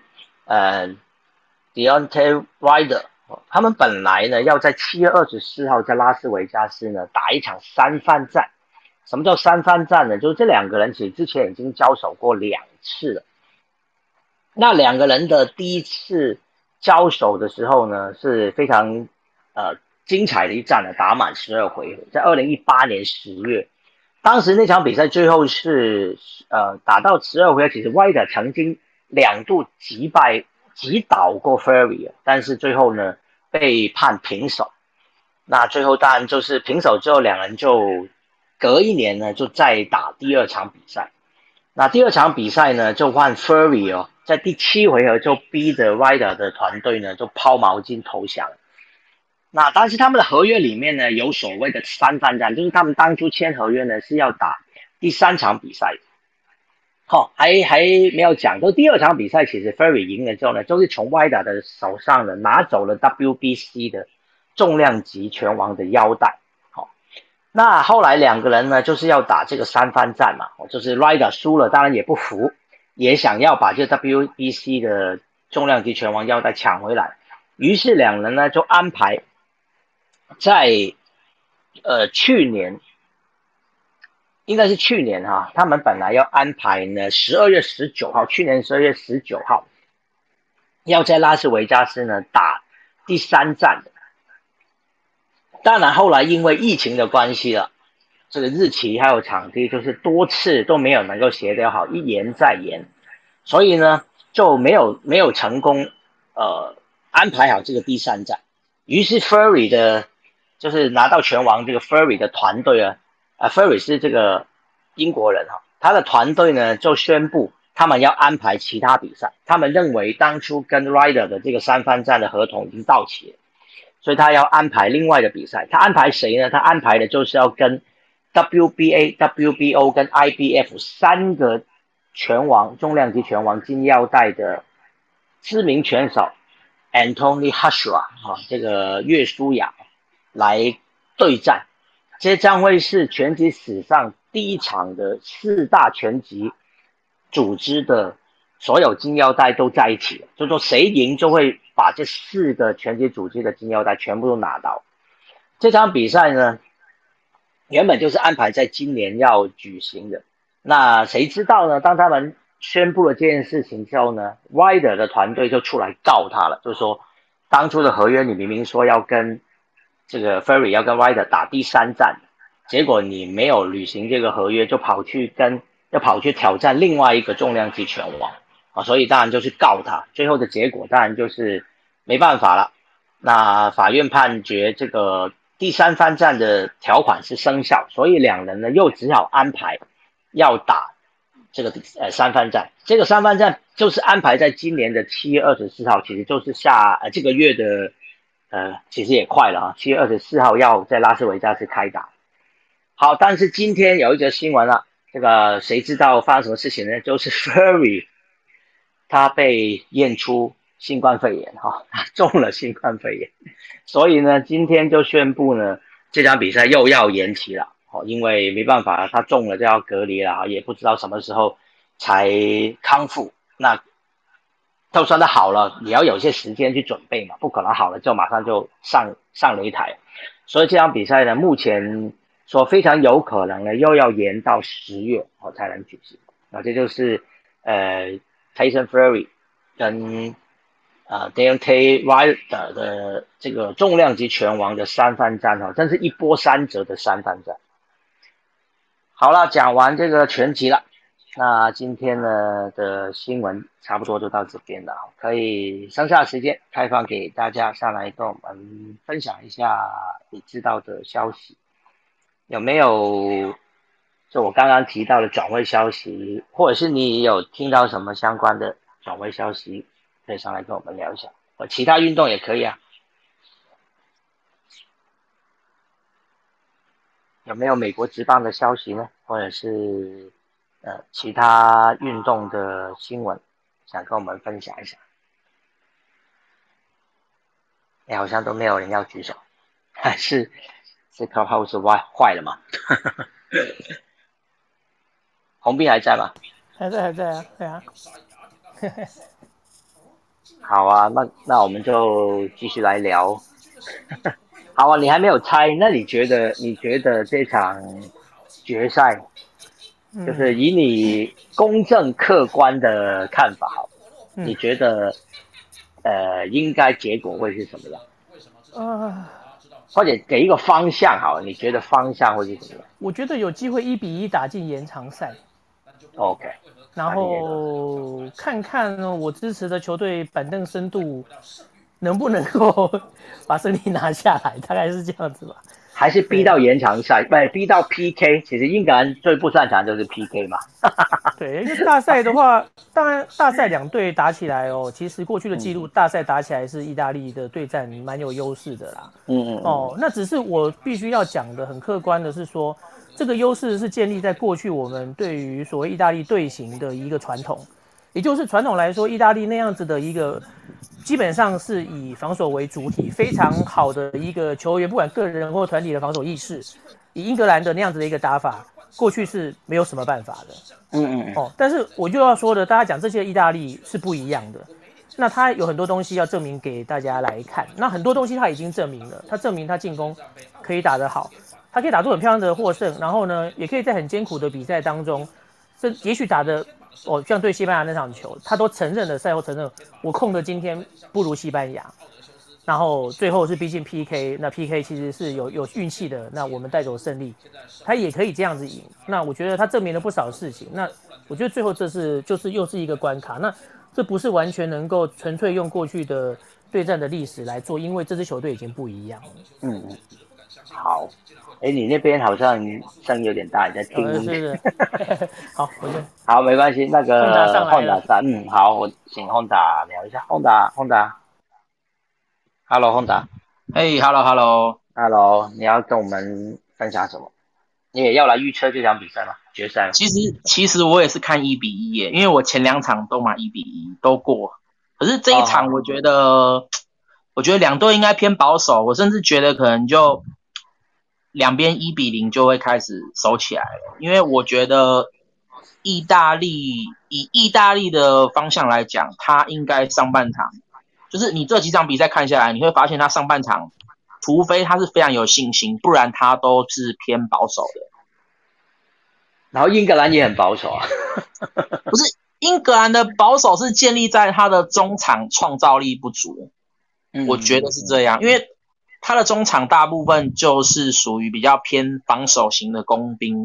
Deontay Wilder，他们本来呢要在7月24号在拉斯维加斯呢打一场三番战。什么叫三番战呢？就是这两个人其实之前已经交手过2次了。那两个人的第一次交手的时候呢，是非常精彩的一战打满12回合，在2018年10月。当时那场比赛最后是打到12回合，其实 Wilder 曾经2度击倒过 Fury， 但是最后呢被判平手。那最后当然就是平手之后，两人就隔一年呢就再打第2场比赛。那第2场比赛呢就换 Fury 在第7回合就逼着 Wilder 的团队呢就抛毛巾投降。那但是他们的合约里面呢有所谓的三番战，就是他们当初签合约呢是要打第3场比赛。还没有讲，就第2场比赛其实 Fury 赢了之后呢，就是从 Wilder 的手上呢拿走了 WBC 的重量级拳王的腰带。那后来两个人呢就是要打这个三番战嘛，就是 Wilder 输了当然也不服，也想要把这 WBC 的重量级拳王腰带抢回来。于是两人呢就安排在去年应该是去年他们本来要安排呢12月19号，去年12月19号要在拉斯维加斯呢打第3战的。当然后来因为疫情的关系了，这个日期还有场地就是多次都没有能够协调好，一延再延，所以呢就没有成功安排好这个第3战。于是 Fury 的就是拿到拳王这个 Fury 的团队Fury 是这个英国人他的团队呢就宣布他们要安排其他比赛，他们认为当初跟 Wilder 的这个三番战的合同已经到期了，所以他要安排另外的比赛。他安排谁呢？他安排的就是要跟 WBA、WBO 跟 IBF 3个拳王重量级拳王金腰带的知名拳手 Anthony Joshua 这个岳书亚来对战。这将会是拳击史上第1场的4大拳击组织的所有金腰带都在一起了，就是说谁赢就会把这4个拳击组织的金腰带全部都拿到。这场比赛呢原本就是安排在今年要举行的，那谁知道呢，当他们宣布了这件事情之后呢 Wilder 的团队就出来告他了，就是说当初的合约你明明说要跟这个 Fury 要跟 Wilder 打第3战，结果你没有履行这个合约，就跑去挑战另外一个重量级拳王所以当然就是告他。最后的结果当然就是没办法了，那法院判决这个第3番战的条款是生效，所以两人呢又只好安排要打这个3番战。这个3番战就是安排在今年的7月24号，其实就是这个月的其实也快了7月24号要在拉斯维加斯开打。好，但是今天有一则新闻了，这个谁知道发生什么事情呢？就是 Fury 他被验出新冠肺炎他中了新冠肺炎，所以呢今天就宣布呢这场比赛又要延期了因为没办法他中了就要隔离了也不知道什么时候才康复。那就算他好了也要有些时间去准备嘛，不可能好了就马上就上擂台。所以这场比赛呢目前说非常有可能呢又要延到10月才能举行。那这就是Tyson Fury 跟Deontay Wilder 的这个重量级拳王的三番战真是一波三折的三番战。好了，讲完这个拳击了，那今天呢的新闻差不多就到这边了，可以剩下的时间开放给大家上来跟我们分享一下你知道的消息。有没有就我刚刚提到的转会消息，或者是你有听到什么相关的转会消息，可以上来跟我们聊一下，其他运动也可以啊。 有没有美国职棒的消息呢？或者是其他运动的新闻，想跟我们分享一下？好像都没有人要举手，还是 Clubhouse 坏了吗？红斌还在吗？ 还在啊，对啊。 好啊，那我们就继续来聊。好啊，你还没有猜，那你觉得这场决赛，就是以你公正客观的看法，你觉得应该结果会是什么样？或者给一个方向好了，你觉得方向会是什么样？ 我觉得有机会1-1打进延长赛。 OK。 然后看看我支持的球队板凳深度能不能够把胜利拿下来，大概是这样子吧。 还是逼到延长赛，不逼到 PK。其实英格兰最不擅长就是 PK 嘛。 对，因为大赛的话，当然大赛两队打起来其实过去的记录，大赛打起来是意大利的对战蛮有优势的啦。那只是我必须要讲的很客观的是说，这个优势是建立在过去我们对于所谓意大利队形的一个传统，也就是传统来说，意大利那样子的一个基本上是以防守为主体，非常好的一个球员，不管个人或团体的防守意识，以英格兰的那样子的一个打法，过去是没有什么办法的。但是我就要说的，大家讲这些意大利是不一样的。那他有很多东西要证明给大家来看，那很多东西他已经证明了，他证明他进攻可以打得好，他可以打出很漂亮的获胜，然后呢，也可以在很艰苦的比赛当中，也许打的像对西班牙那场球，他都承认了，赛后承认我控的今天不如西班牙，然后最后是逼近 PK， 那 PK 其实是有运气的，那我们带走胜利，他也可以这样子赢。那我觉得他证明了不少事情，那我觉得最后就是又是一个关卡，那这不是完全能够纯粹用过去的对战的历史来做，因为这支球队已经不一样了。 好。你那边好像声音有点大，你在听？ 是好，我就好，没关系。那个Honda上，好，我请 Honda 聊一下。Honda，Hello Honda， Hello， 你要跟我们分享什么？你也要来预测这场比赛吗？决赛吗？ 其实我也是看1-1耶，因为我前2场都买1-1都过，可是这一场我觉得两队应该偏保守，我甚至觉得可能就两边1-0就会开始守起来了，因为我觉得以意大利的方向来讲，他应该上半场就是你这几场比赛看下来，你会发现他上半场除非他是非常有信心，不然他都是偏保守的。 然后英格兰也很保守啊。 不是，英格兰的保守是建立在他的中场创造力不足。我觉得是这样，因为他的中场大部分就是属于比较偏防守型的工兵。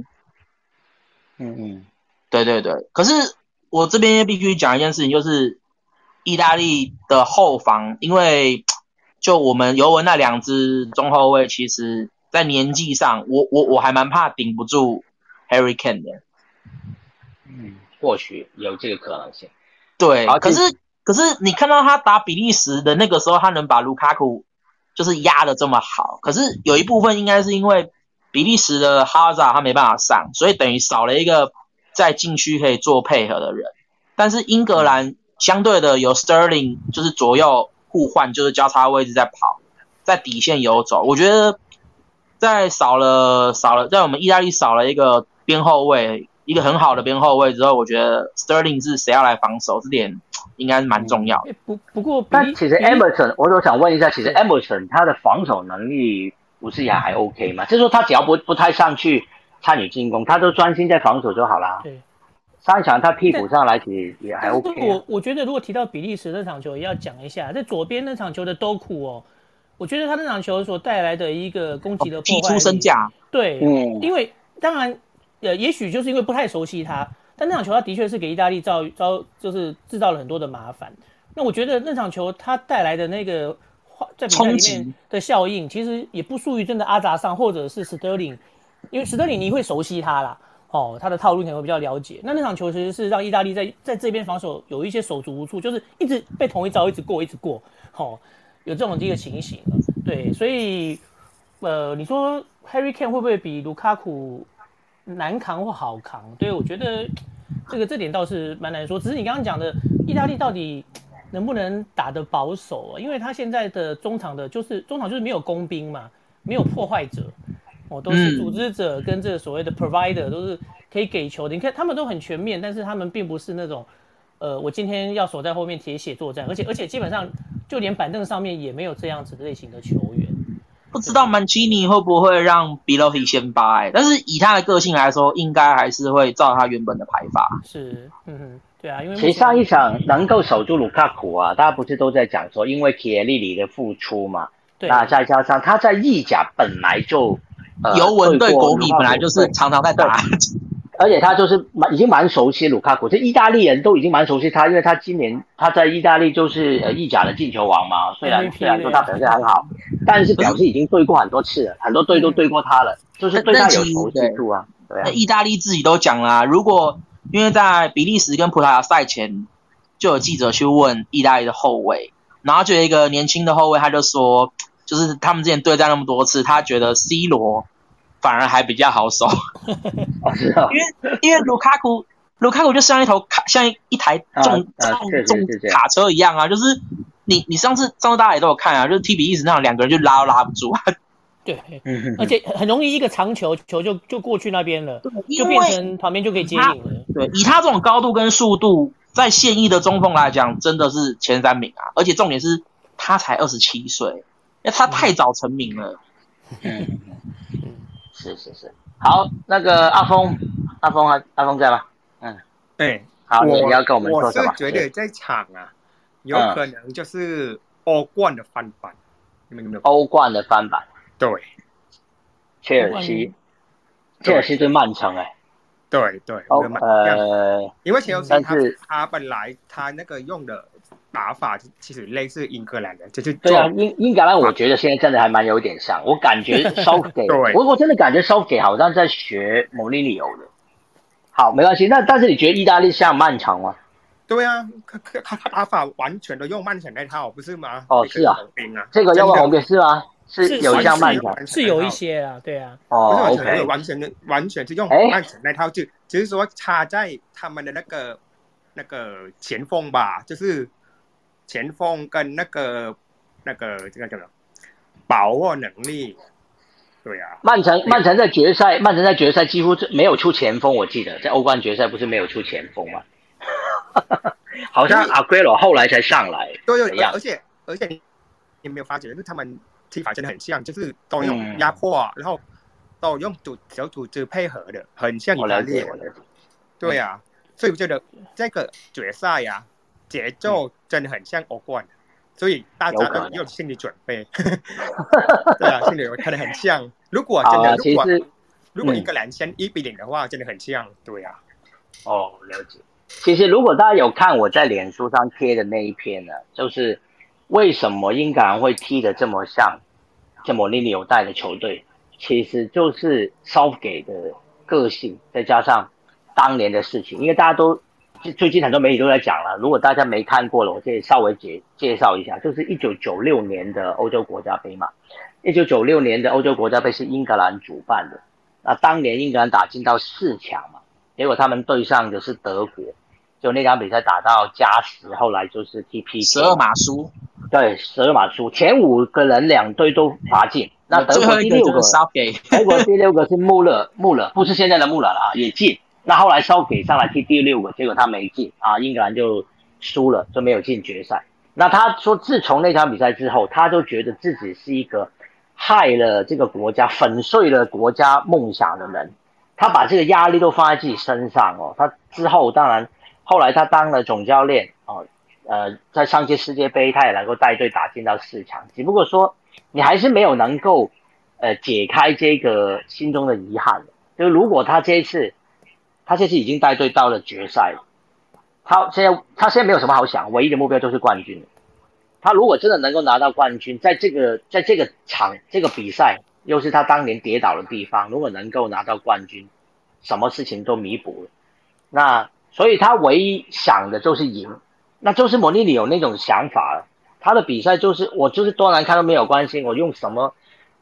对。可是我这边必须讲一件事情，就是意大利的后防，因为就我们尤文那2支中后卫，其实在年纪上，我还蛮怕顶不住 Harry Kane 的。 或许有这个可能性。 对，可是你看到他打比利时的那个时候，他能把卢卡库就是压得这么好，可是有一部分应该是因为比利时的哈扎他没办法上，所以等于少了一个在禁区可以做配合的人。但是英格兰相对的有 Sterling， 就是左右互换，就是交叉位置在跑，在底线游走。我觉得在在我们意大利少了一个边后卫，一个很好的边后卫之后，我觉得 Sterling 是谁要来防守，这点应该是蛮重要的。 不过， 但其实 Emerson， 我想问一下，其实 Emerson 他的防守能力不是也还 OK 吗？就是说他只要不太上去参与进攻，他都专心在防守就好啦。 对， 上一场他替补上来其实也还 OK。 我觉得如果提到比利时那场球，也要讲一下，在左边那场球的多库我觉得他那场球所带来的一个攻击的破坏力， 踢出身价。 对，因为当然也许就是因为不太熟悉他，但那场球他的确是给意大利就是制造了很多的麻烦。那我觉得那场球他带来的那个在比赛里面的效应，其实也不输于真的阿扎尚或者是史特林，因为史特林你会熟悉他啦，他的套路你可能会比较了解。那场球其实是让意大利在这边防守有一些手足无措，就是一直被同一招一直过，有这种一个情形了。对，所以你说 Harry Kane 会不会比卢卡库难扛或好扛？对，我觉得这点倒是蛮难说。只是你刚刚讲的，意大利到底能不能打得保守啊？因为他现在的中场就是没有工兵嘛，没有破坏者，都是组织者跟这所谓的 provider 都是可以给球的。你看他们都很全面，但是他们并不是那种我今天要守在后面铁血作战，而且基本上就连板凳上面也没有这样子的类型的球员。 不知道曼奇尼会不会让比洛蒂先发但是以他的个性来说，应该还是会照他原本的排法。 是，对啊，因为其实上一场能够守住卢卡库啊，大家不是都在讲说，因为基耶利里的付出嘛，那再加上他在意甲本来就尤文对国米本来就是常常在打。 而且他就是已经蛮熟悉卢卡库，这意大利人都已经蛮熟悉他，因为他今年他在意大利就是意甲的进球王嘛，虽然说他表现很好，但是表示已经对过很多次了，很多队都对过他了，就是对他有熟悉度啊。对啊， 意大利自己都讲了如果因为在比利时跟葡萄牙赛前就有记者去问意大利的后卫，然后就有一个年轻的后卫他就说，就是他们之前对战那么多次，他觉得 C 罗反而还比较好守因为卢卡库就像一台重卡车一样啊，就是你上次大家也都有看啊，就是踢比利时那种两个人就拉都拉不住对，而且很容易一个长球就过去那边了，就变成旁边就可以接应了。 对，以他这种高度跟速度，在现役的中锋来讲，真的是前3名啊！而且重点是他才27岁，因为他太早成名了。 是。好，那个阿峰在吗？好，你要跟我们说什么？ 我是觉得这场啊，有可能就是欧冠的翻版。你们有没有？ 欧冠的翻版。 对。 切尔西对曼城对，因为切尔西他本来他那个用的打法其实类似英格兰的，就是对啊，英格兰我觉得现在真的还蛮有点像，我感觉Southgate 我真的感觉Southgate好像在学莫里尼奥的。好，没关系，但是你觉得意大利像曼城吗？ 对啊，他打法完全都用曼城那套，不是吗？ 是啊，这个用红兵是吗？是有像曼城， 是有一些啊，对啊。 OK， 完全是用曼城那套，只是说差在他们的那个前锋吧，就是前锋跟那个这个叫什么把握能力。对啊， 曼城在决赛几乎没有出前锋，我记得在欧冠决赛不是没有出前锋吗？好像阿圭罗后来才上来。 对，而且你没有发觉，就是他们踢法真的很像，就是都用压迫，然后都用小组织配合的，很像意大利。对啊，所以我觉得这个决赛呀，节奏真的很像欧冠，所以大家都有心理准备。对啊，心理看得很像。如果真的，如果英格兰先1-0的话，真的很像。对啊。 了解。其实如果大家有看我在脸书上贴的那一篇呢，就是为什么英格兰会踢得这么像莫里尼奥带的球队，其实就是 Southgate 的个性，再加上当年的事情。因为大家都最近很多媒体都在讲了，如果大家没看过了，我可以稍微介绍一下，就是1996年的欧洲国家杯嘛。1996年的欧洲国家杯是英格兰主办的，那当年英格兰打进到4强嘛，结果他们对上的是德国，就那场比赛打到加时，后来就是踢 PK 12码输。 对，12码输，前5个人2队都罚进，那德国第6个，德国第6个是穆勒，不是现在的穆勒啦，也进。那后来Southgate上来踢第6个，结果他没进啊，英格兰就输了，就没有进决赛。那他说，自从那场比赛之后，他就觉得自己是一个害了这个国家、粉碎了国家梦想的人。他把这个压力都放在自己身上他之后当然后来他当了总教练在上届世界杯他也能够带队打进到4强，只不过说你还是没有能够解开这个心中的遗憾。就是如果他这次已经带队到了决赛了，他现在没有什么好想，唯一的目标就是冠军。他如果真的能够拿到冠军，在这个场这个比赛又是他当年跌倒的地方，如果能够拿到冠军，什么事情都弥补了。那所以他唯一想的就是赢，那就是莫里尼有那种想法了。他的比赛就是我就是多难看都没有关系，我用什么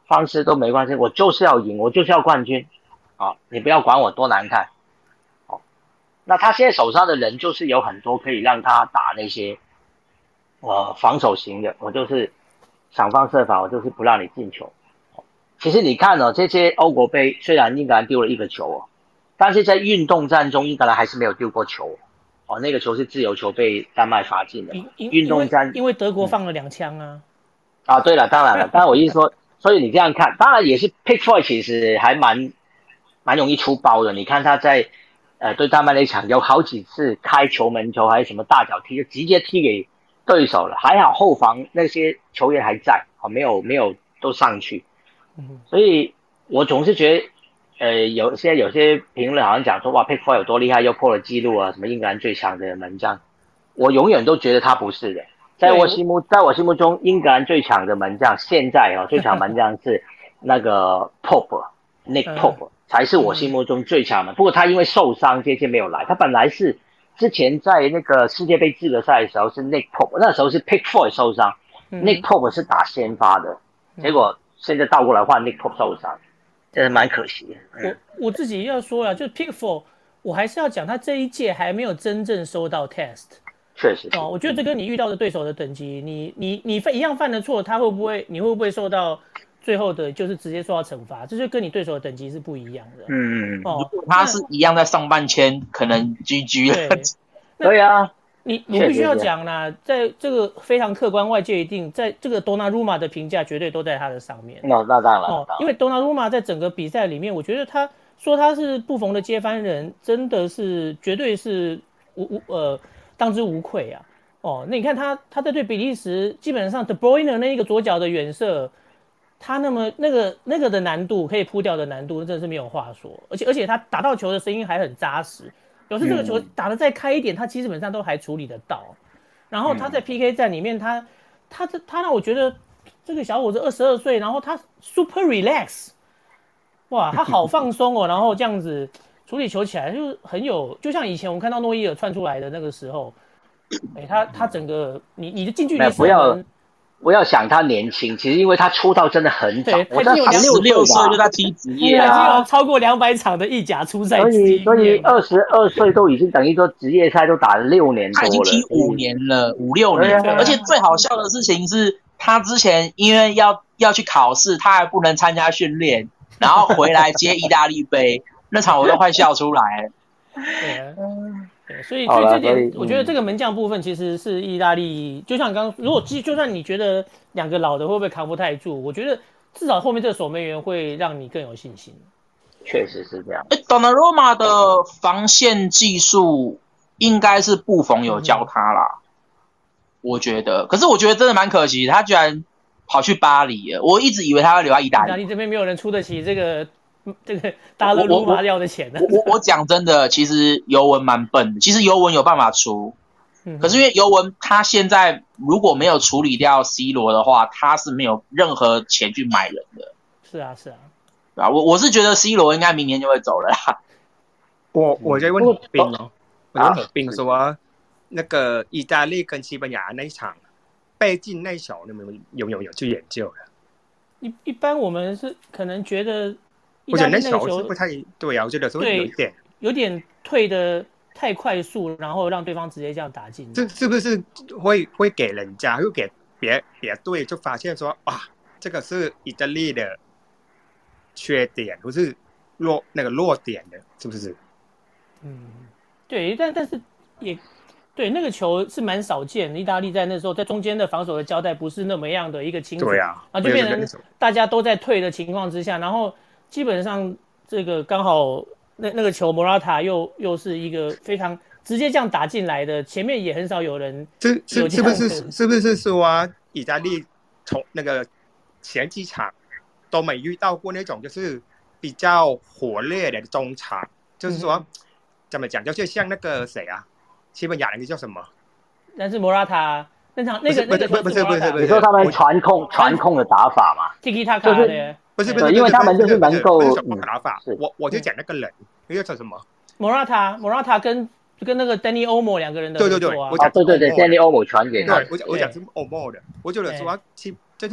方式都没关系，我就是要赢，我就是要冠军，你不要管我多难看，那他现在手上的人就是有很多可以让他打那些防守型的，我就是想方设法，我就是不让你进球。其实你看这些欧国杯虽然英格兰丢了1个球但是在运动战中英格兰还是没有丢过球那个球是自由球被丹麦罚进的。运动战因为德国放了2枪啊。 对了，当然了，当然我意思说，所以你这样看，当然也是 Pickford 其实还蛮容易出包的。你看他在对丹麦那一场有好几次开球门球还是什么大脚踢，就直接踢给对手了。还好后防那些球员还在没有都上去。所以我总是觉得有些评论好像讲说哇 Pickford 有多厉害，又破了纪录什么英格兰最强的门将，我永远都觉得他不是的。在我心目中，英格兰最强的门将现在最强门将是那个 Nick Pope 才是我心目中最强的。不过他因为受伤这些没有来，他本来是之前在那个世界杯资格赛的时候是 Nick Pope， 那时候是 Pickford 受伤，Nick Pope 是打先发的，结果现在倒过来换 Nick Pope 受伤，真的蛮可惜的。 我自己要说就 Pickford， 我还是要讲他这一届还没有真正收到 test。 确实我觉得这跟你遇到的对手的等级，你一样犯的错，你会不会受到最后的就是直接受到惩罚？这就跟你对手的等级是不一样的。 如果他是一样在上半圈，可能 GG 了。 对啊。 你必须要讲啦，在这个非常客观，外界一定在这个 Donnarumma 的评价绝对都在他的上面。 那当然因为 Donnarumma 在整个比赛里面，我觉得他说他是布冯的接班人，真的是绝对是当之无愧啊。那你看他在对比利时，基本上 De Bruyne 那一个左脚的远射，他那个的难度可以扑掉的难度，真的是没有话说。而且他打到球的声音还很扎实。有时这个球打得再开一点，他基本上都还处理得到。然后他在 PK 战里面，他让我觉得这个小伙子22岁，然后他 super relax， 哇，他好放松然后这样子处理球起来就是很有，就像以前我们看到诺伊尔窜出来的那个时候，他整个你的近距离不要想他年轻，其实因为他出道真的很早， 我在 16岁就在踢职业他已经有超过200场的意甲出赛经验， 所以22岁都已经等于说职业赛都打了6年多了， 他已经踢5年了，5、6年了。而且最好笑的事情是，他之前因为要去考试，他还不能参加训练，然后回来接意大利杯，那场我都快笑出来了。 对，所以这点，我觉得这个门将部分其实是意大利，就像刚刚，如果就算你觉得2个老的会不会扛不太住，我觉得至少后面这个守门员会让你更有信心。 确实是这样。 Donnarumma 的防线技术应该是布冯有教他啦，我觉得。可是我觉得真的蛮可惜，他居然跑去巴黎了。我一直以为他要留在意大利。 意大利这边没有人出得起这个大勒鲁马要的钱的。 我讲真的，其实尤文蛮笨的。其实尤文有办法出，可是因为尤文他现在如果没有处理掉 C 罗的话，他是没有任何钱去买人的。 是啊， 对吧？我是觉得 C 罗应该明年就会走了啦。 我在问兵我在问兵说，那个意大利跟西班牙那一场被进那球，你们有去研究的？ 一般我们是可能觉得。 我觉得那球是不太对啊，我觉得是有点退的太快速，然后让对方直接这样打进。 这是不是会给人家会给别队就发现说这个是意大利的缺点，不是弱点的，是不是？ 对，但是也对，那个球是蛮少见。意大利在那时候在中间的防守的交代不是那么样的一个清楚， 对啊， 然后就变成大家都在退的情况之下，然后。基本上这个刚好那个球莫拉塔又是一个非常直接这样打进来的，前面也很少有人是不是说意大利从那个前几场都没遇到过那种就是比较火烈的中场，就是说怎么讲，就是像那个谁西班牙那个叫什么？ 但是莫拉塔那场那个不是， 你说他们传控的打法嘛 ？Tiki Taka 的。 不是， 因为他们就是能够打法。我就讲那个人，那个叫什么？ 莫拉塔跟那个 Danny Olmo 2个人的合作对，Danny Olmo 传给他。 对，我讲是 Olmo 的。我觉得说就是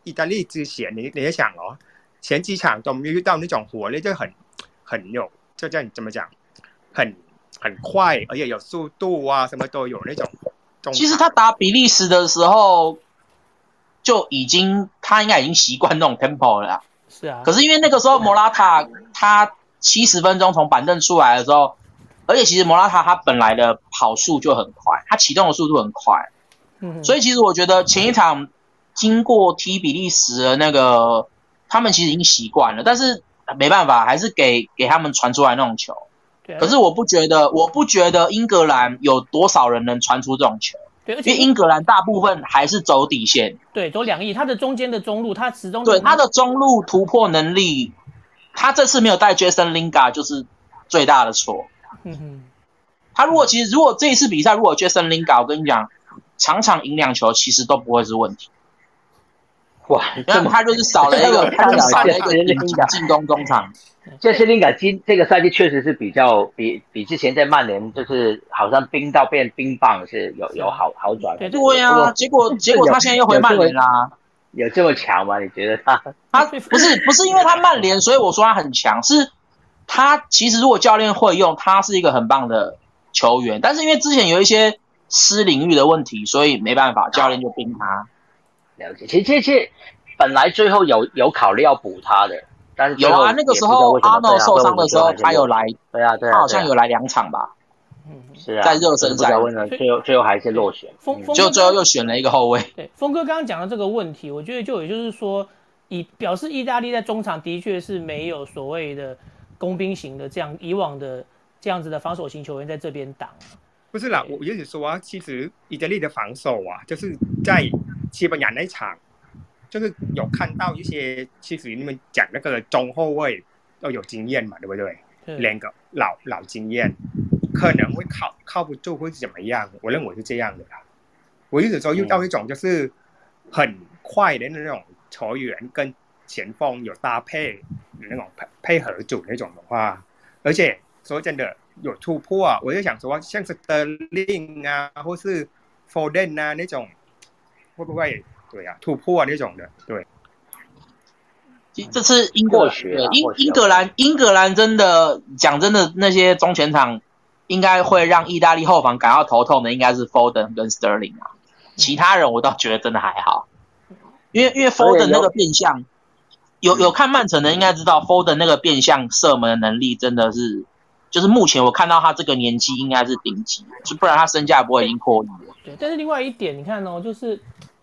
意大利之前，你也想哦，前几场都没有遇到那种火力就很有，就这样怎么讲，很快，而且有速度啊，什么都有那种。 其实他打比利时的时候，就他应该已经习惯那种 tempo 了啦。 是啊。 可是因为那个时候莫拉塔他70分钟从板凳出来的时候，而且其实莫拉塔他本来的跑速就很快，他启动的速度很快。所以其实我觉得前一场经过踢比利时的那个，他们其实已经习惯了，但是没办法，还是给他们传出来那种球。可是我不觉得英格兰有多少人能传出这种球。 对， 因为英格兰大部分还是走底线，对， 走2翼，他的中间的中路，他始终对他的中路突破能力，他这次没有带 Jason Lingard 就是最大的错。他如果这一次比赛如果 Jason Lingard， 我跟你讲，场赢2球其实都不会是问题。 哇， 他就是少了一个进攻中场。 Jason Lingard这个赛季确实是比之前在曼联就是好像冰到变冰棒是有好转。 对啊，结果他现在又回曼联啦。 有这么强吗？你觉得他不是因为他曼联，所以我说他很强，是他其实如果教练会用，他是一个很棒的球员，但是因为之前有一些失领域的问题，所以没办法，教练就冰他。 了解，其实这些本来最后有考虑要补他的。但是有啊，那个时候阿诺受伤的时候，他有来， 对啊， 他好像有来2场吧， 是啊， 在热身赛， 最后还是落选， 就最后又选了一个后卫。 对，峰哥刚刚讲的这个问题，我觉得也就是说，表示意大利在中场的确是没有所谓的工兵型的以往的这样子的防守型球员在这边挡。 不是啦，我一直说啊，其实意大利的防守啊，就是在西班牙那一场。就是有看到一些，其实你们讲那个中后卫都有经验嘛，对不对？2个老经验，可能会靠不住会怎么样？我认为是这样的啦。我一直说遇到一种就是很快的那种球员跟前锋有搭配那种配合组那种的话，而且说真的有突破啊，我就想说像是德林啊，或是 Foden 啊那种，会不会？对啊，突破那种的，对。 这次英格兰真的讲真的，那些中前场应该会让意大利后防感到头痛的，应该是 Foden 跟 Sterling 啊。其他人我倒觉得真的还好，因为 Foden 那个变相，有看曼城的应该知道 Foden 那个变相射门的能力真的是，就是目前我看到他这个年纪应该是顶级，不然他身价不会已经破亿了。 对，但是另外一点，你看哦，就是。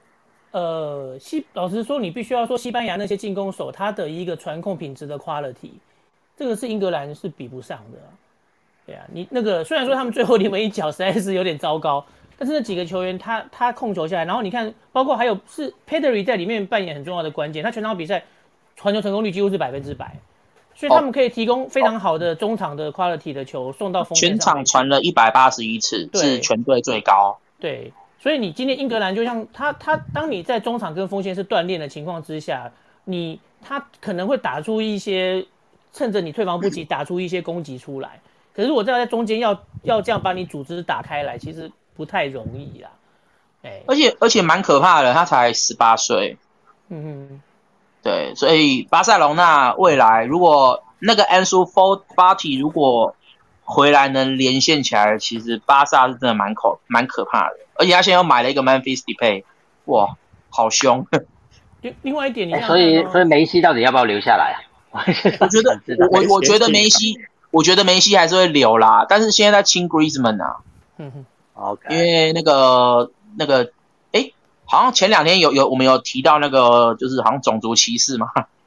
老实说，你必须要说西班牙那些进攻手，他的一个传控品质的 quality， 这个是英格兰是比不上的。对啊，你那个虽然说他们最后临门一脚实在是有点糟糕，但是那几个球员他控球下来，然后你看，包括还有是 Pedri 在里面扮演很重要的关键，他全场比赛传球成功率几乎是100%，所以他们可以提供非常好的中场的 quality 的球送到锋线上。 全场传了181次，是全队最高。 对。所以你今天英格兰就像他当你在中场跟锋线是锻炼的情况之下，他可能会打出一些趁着你退防不及打出一些攻击出来。可是如果在中间要这样把你组织打开来，其实不太容易啦。 而且蛮可怕的，他才18岁。对，所以巴塞隆纳未来如果那个 Ansu Fati 如果回来能连线起来，其实巴萨是真的蛮可怕的。而且他现在又买了一个 Memphis Depay， 哇，好凶！ 另外一点， 所以梅西到底要不要留下来啊？ 我觉得梅西还是会留啦，但是现在在清 Griezmann 啊。 OK， 因为那个，好像前2天我们有提到那个，就是好像种族歧视嘛。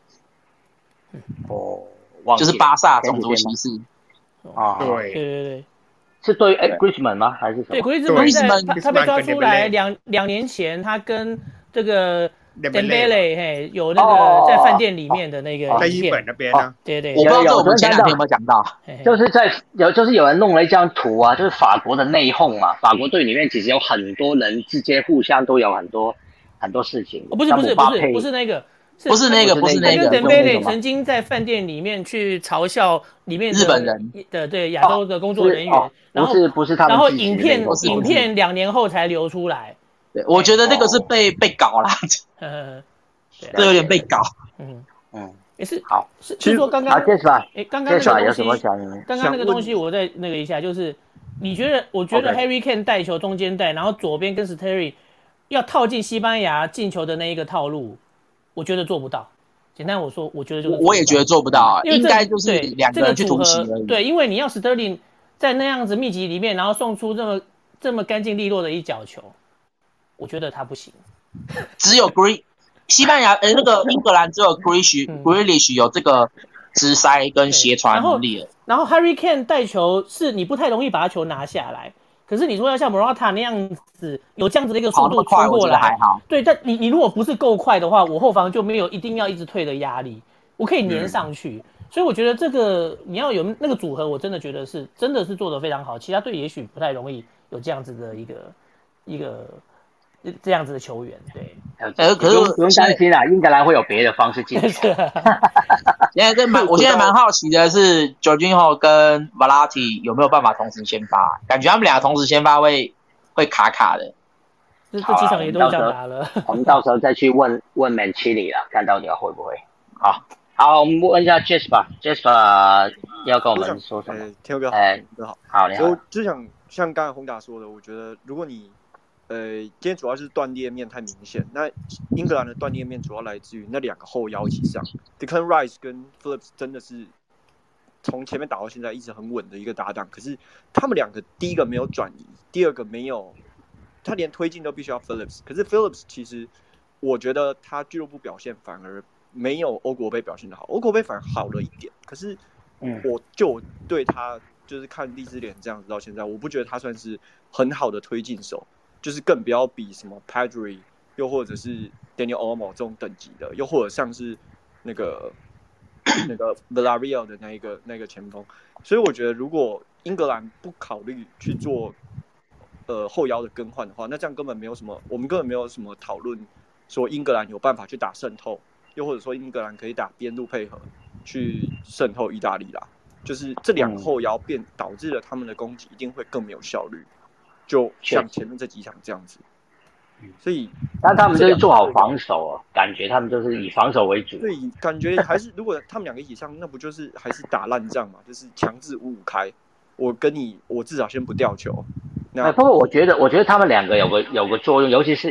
就是巴萨种族歧视。 对。 是对 Griezmann 吗？还是什么？ 对 Griezmann 他被抓出来两年前，他跟这个 Dembele 有那个在饭店里面的那个在日本那边啊。 对， 我不知道这我们前2天有没有讲到， 就是有人弄了一张图啊，就是法国的内讧嘛。法国队里面其实有很多人之间互相都有很多事情。 不是那个。 不是那个。 他跟 Dembele 曾经在饭店里面去嘲笑里面的日本人的对亚洲的工作人员，然后不是他们， 然后影片2年后才流出来。 对，我觉得那个是被搞啦。 这有点被搞。 也是好， 是说刚刚刚刚那个东西， 有什么想？ 刚刚那个东西我再那个一下，就是你觉得，我觉得 Harry Kane 带球中间带，然后左边跟 Sterling 要套进西班牙进球的那一个套路，我觉得做不到。简单我说，我觉得就是我也觉得做不到啊，应该就是两个人去突袭而已。 对，因为你要 Sterling 在那样子密集里面，然后送出这么干净利落的一脚球，我觉得他不行。 只有西班牙那个英格兰只有 Grealish 有这个直塞跟斜传能力了。 然后 Harry Kane 带球是你不太容易把他球拿下来，可是你说要像 Morata 那样子有这样子的一个速度冲过来， 还好。 对，但你如果不是够快的话，我后防就没有一定要一直退的压力，我可以粘上去。所以我觉得这个你要有那个组合，我真的觉得真的是做得非常好。其他队也许不太容易有这样子的一个这样子的球员，对。 可是不用担心啦，英格兰会有别的方式进球。 我现在蛮好奇的是 Jorginho 跟 Verratti 有没有办法同时先发？感觉他们俩同时先发会卡卡的。 这几场也都这样打了。 我们到时候再去问 Mancini 啦，看到底会不会。好，我们问一下 Jasper 要跟我们说什么？ 天哥好， 好，你好。 我就想像刚才宏达说的，我觉得如果你今天主要是断裂面太明显，那英格兰的断裂面主要来自于那两个后腰一起上 ，Declan Rice 跟 Phillips 真的是从前面打到现在一直很稳的一个搭档。可是他们两个第一个没有转移，第二个没有，他连推进都必须要 Phillips。可是 Phillips 其实我觉得他俱乐部表现反而没有欧国杯表现的好，欧国杯反而好了一点。可是我对他就是看荔枝脸这样子到现在，我不觉得他算是很好的推进手。就是更不要比什么 Pedri 又或者是 Daniel Olmo 这种等级的，又或者像是那个 Villarreal 的那个前锋。所以我觉得如果英格兰不考虑去做后腰的更换的话，那这样根本没有什么，我们根本没有什么讨论说英格兰有办法去打渗透，又或者说英格兰可以打边路配合去渗透意大利啦。就是这两个后腰导致了他们的攻击一定会更没有效率。就像前面这几场这样子，所以但他们就是做好防守哦，感觉他们就是以防守为主。 对，感觉还是如果他们两个一起上，那不就是还是打烂仗嘛？就是强制5-5开，我至少先不掉球。 不过我觉得他们两个有个作用，尤其是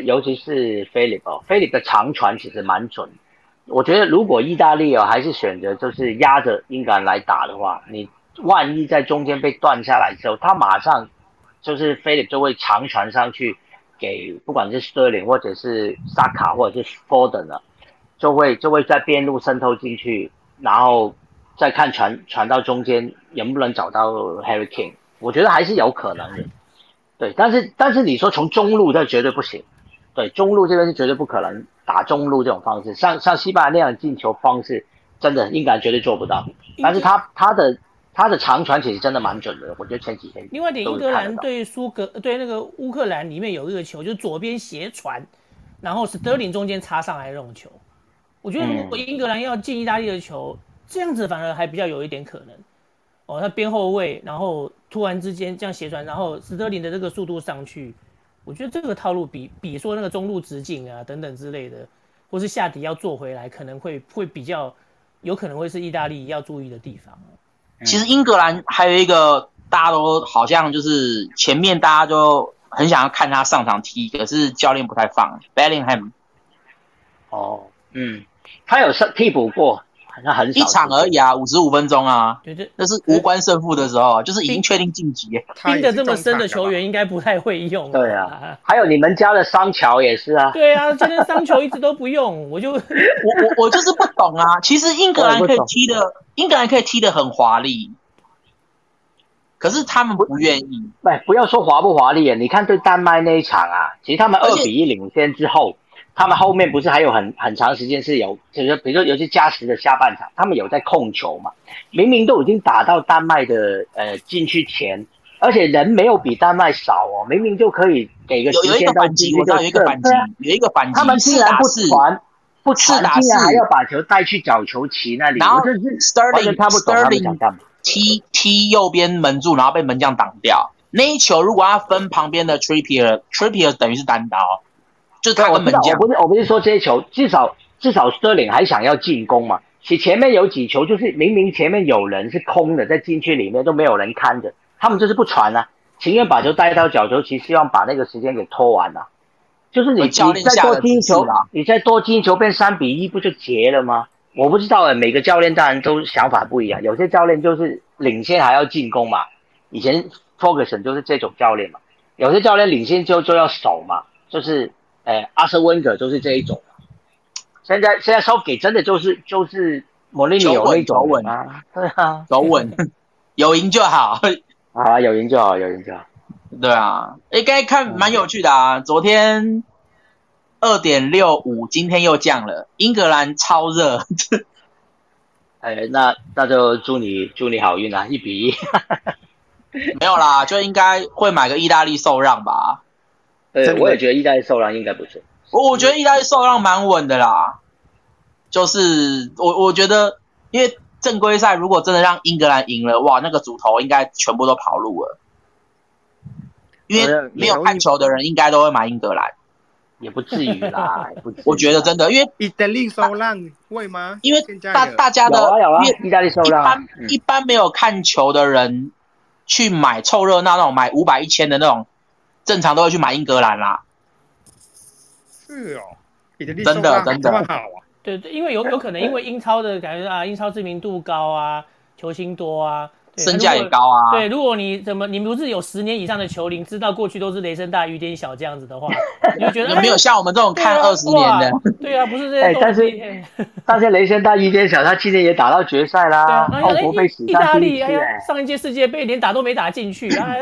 Philip 的长传其实蛮准。我觉得如果意大利还是选择就是压着英格兰来打的话，你万一在中间被断下来之后，他马上。就是 Philip 就会长传上去给不管是 Sterling 或者是萨卡或者是 Foden 了，就会在边路渗透进去，然后再看传到中间能不能找到 Harry Kane， 我觉得还是有可能的。对，但是你说从中路这绝对不行，对，中路这边是绝对不可能打中路这种方式，像西班牙那样的进球方式，真的英格兰绝对做不到。但是他的长传其实真的蛮准的，我觉得前几天。 另外一点，英格兰对那个乌克兰里面有一个球，就是左边斜传，然后是德林中间插上来的那种球。我觉得如果英格兰要进意大利的球，这样子反而还比较有一点可能。他边后卫，然后突然之间这样斜传，然后斯特林的这个速度上去，我觉得这个套路比说那个中路直进啊等等之类的，或是下底要做回来，可能会比较有可能会是意大利要注意的地方。 其实英格兰还有一个大家都好像就是前面大家就很想要看他上场踢，可是教练不太放 Bellingham。 他有替补过，好像很少一场而已啊，55分钟啊，那是无关胜负的时候，就是已经确定晋级。 盯得这么深的球员应该不太会用。 对啊，还有你们家的桑乔也是啊。 对啊，今天桑乔一直都不用，我就是不懂啊。其实英格兰可以踢得很华丽，可是他们不愿意。 不要说华不华丽，你看对丹麦那一场啊，其实他们2-1领先之后。他们后面不是还有很长时间是有，就是比如说尤其加时的下半场，他们有在控球嘛？明明都已经打到丹麦的禁区前，而且人没有比丹麦少哦，明明就可以给个时间到禁区就有一个反击， 他们竟然不传，竟然还要把球带去角球旗那里， 然后我就是完全看不懂他们想干嘛。 踢右边门柱，然后被门将挡掉。那一球如果他分旁边的 Trippier 等于是单刀。就是他跟门将， 我不是说这些球，至至少Sterling还想要进攻嘛。其前面有几球就是明明前面有人是空的，在禁区里面都没有人看着，他们就是不传啊，情愿把球带到角球旗，希望把那个时间给拖完啊。就是你再多进一球，你再多进一球变3-1，不就结了吗？我不知道每个教练当然都想法不一样，有些教练就是领先还要进攻嘛，以前 Ferguson 就是这种教练嘛，有些教练领先就要守嘛，就是阿瑟温格就是这一种。现在Southgate真的就是莫里尼有那种啊，对啊， 走稳，有赢就好啊，有赢就好。 对啊，刚才看蛮有趣的啊，昨天2.65，今天又降了，英格兰超热。 那就祝你好运啊，1-1。 没有啦，就应该会买个意大利受让吧。 我也觉得意大利受让应该不错。 我觉得意大利受让蛮稳的啦，就是我觉得，因为正规赛如果真的让英格兰赢了，哇，那个主头应该全部都跑路了，因为没有看球的人应该都会买英格兰， 也不至于啦， 我觉得真的，因为意大利受让会吗？ 因为大家的有啊，意大利受让一般没有看球的人去买凑热闹那种买500、1000的那种，正常都会去买英格兰啦。 是哦， 真的这么好啊！ 对，因为有可能因为英超的感觉啊，英超知名度高啊，球星多啊， 身价也高啊。 对，如果你不是有10年以上的球龄，知道过去都是雷声大雨点小这样子的话，你就觉得没有像我们这种看20年的。 对啊，不是这些但是雷声大雨点小，他今年也打到决赛啦，奥国杯史上第一次。 上一届世界杯连打都没打进去啊。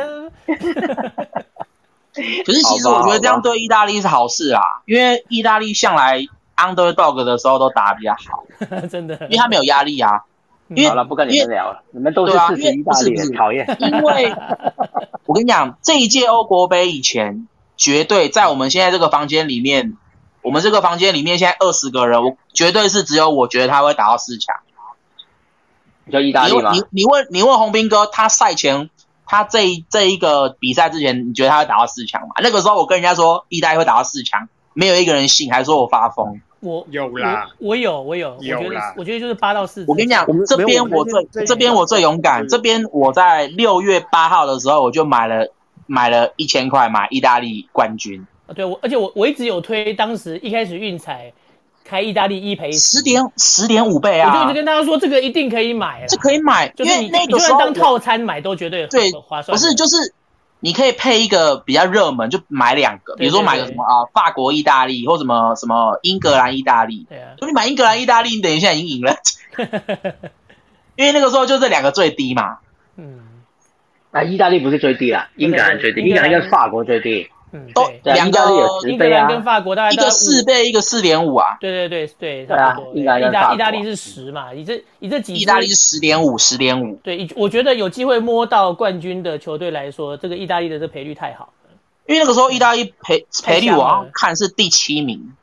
可是其实我觉得这样对意大利是好事啊，因为意大利向来 underdog 的时候都打得比较好， 真的， 因为他没有压力啊。 好了，不跟你们聊了，你们都是支持意大利的，讨厌。 因为我跟你讲，这一届欧国杯以前，绝对在我们现在这个房间里面，我们这个房间里面现在20个人，我绝对是只有我觉得他会打到4强。 你说意大利吗？ 你问洪斌哥，他赛前。他这一个比赛之前，你觉得他会打到4强吗？那个时候我跟人家说意大利会打到4强，没有一个人信，还说我发疯。 我有啦， 我有，我觉得就是8到4。 我跟你讲，这边我最勇敢，这边我在6月8号的时候我就买了1000块买意大利冠军。 对，而且我一直有推，当时一开始运彩。开意大利1赔 10.5倍啊！ 我就一直跟大家说，这个一定可以买， 这可以买， 就是因为那个时候就算当套餐买都绝对很划算。 不是，就是你可以配一个比较热门，就买2个，比如说买个什么法国意大利或什么英格兰意大利。 对啊， 所以你买英格兰意大利，你等于现在已经赢了，因为那个时候就这2个最低嘛。 意大利不是最低啦，英格兰最低，英格兰跟法国最低。 都2个英格兰跟法国大概一个4倍，一个4.5啊。 对，差不多。意大利是10嘛，你这几意大利是10.5。 对，我觉得有机会摸到冠军的球队来说，这个意大利的这赔率太好了。 因为那个时候意大利赔率我要看是第7名。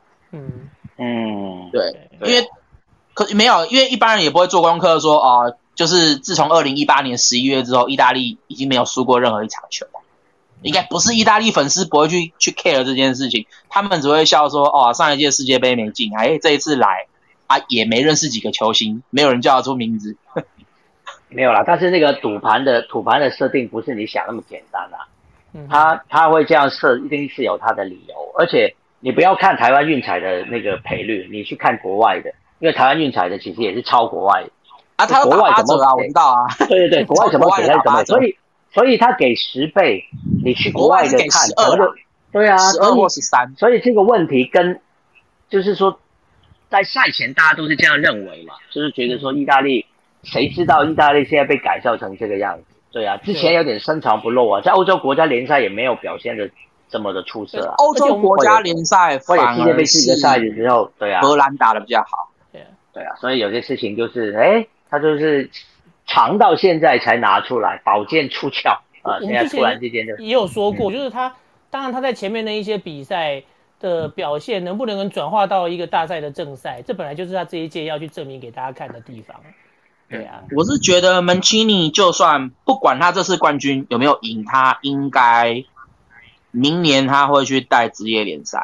对，因为没有，因为一般人也不会做功课说就是自从2018年11月之后，意大利已经没有输过任何一场球。应该不是意大利粉丝不会去 care 这件事情，他们只会笑说上一届世界杯没进，这一次来也没认识几个球星，没有人叫得出名字。 没有啦，但是那个赌盘的设定不是你想那么简单啦。他会这样设，一定是有他的理由，而且你不要看台湾运彩的那个赔率，你去看国外的，因为台湾运彩的其实也是超国外的。 他有打8折啊，我知道啊。 对，国外怎么给他怎么，所以他给10倍，你去国外的看，对啊 ，12或13。 所以这个问题就是说，在赛前大家都是这样认为嘛，就是觉得说意大利，谁知道意大利现在被改造成这个样子？对啊，之前有点深藏不露啊，在欧洲国家联赛也没有表现的这么的出色啊。 欧洲国家联赛反而世界杯资格赛的时候，对啊， 荷兰打的比较好。 对啊，所以有些事情就是他就是长到现在才拿出来，宝剑出鞘啊！现在突然之间也有说过，就是当然他在前面的一些比赛的表现能不能转化到一个大赛的正赛，这本来就是他这一届要去证明给大家看的地方。对啊， 我是觉得门奇尼就算不管他这次冠军有没有赢，他应该明年他会去带职业联赛，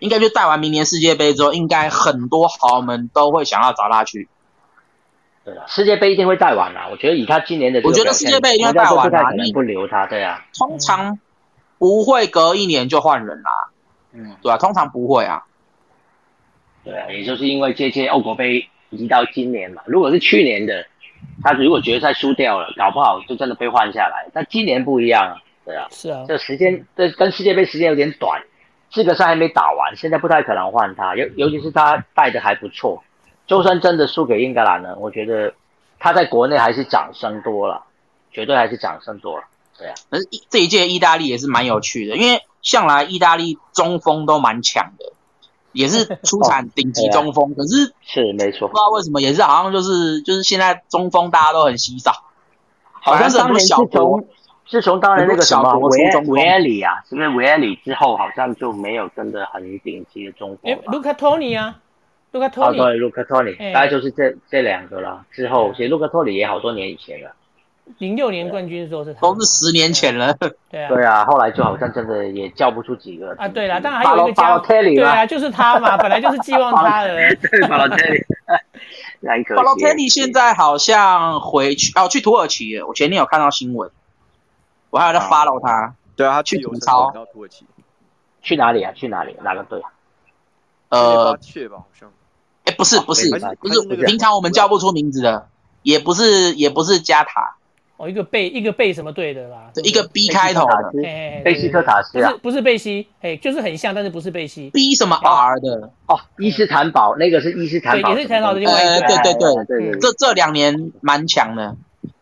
应该就带完明年世界杯之后，应该很多豪门都会想要找他去。 对啊，世界杯一定会带完啦。我觉得以他今年的这个表现， 我觉得世界杯一定会带完啦， 可能不留他，对啊。 通常不会隔1年就换人啦。对啊，通常不会啊。 对啊，也就是因为这届欧国杯移到今年嘛。如果是去年的，他如果决赛输掉了，搞不好就真的被换下来。但今年不一样啊，对啊。 是啊。 这时间跟世界杯时间有点短，资格赛还没打完，现在不太可能换他。尤其是他带的还不错。就算真的输给英格兰呢，我觉得他在国内还是掌声多了，绝对还是掌声多了。对啊， 可是这一届意大利也是蛮有趣的，因为向来意大利中锋都蛮强的，也是出产顶级中锋，可是没错， 不知道为什么也是好像就是现在中锋大家都很稀少， 好像当年自从当年那个什么维埃里啊，是不是维埃里之后好像就没有真的很顶级的中锋。 卢卡托尼啊。卢卡托尼， 对，卢卡托尼，大概就是这两个了。之后，其实卢卡托尼也好多年以前了。 06年冠军的时候是他， 都是10年前了。 对啊，后来就好像真的也叫不出几个啊。对啦，当然还有一个加，对啊，就是他嘛，本来就是寄望他的。 对，巴洛特利，很可惜。 巴洛特利现在好像去土耳其了。我前天有看到新闻，我还有在 follow 他。 对啊，他去土超到土耳其。 去哪里啊？去哪里？哪个队？ 切吧，好像。 不是，平常我们叫不出名字的，也不是加塔。 一个贝什么队的啦？ 一个 B 开头的， 贝西克塔斯啊， 不是贝西，就是很像，但是不是贝西。 B 什么 R 的？ 伊斯坦堡那个是伊斯坦堡， 对，也是坦堡的另外一个。 对，这2年蛮强的。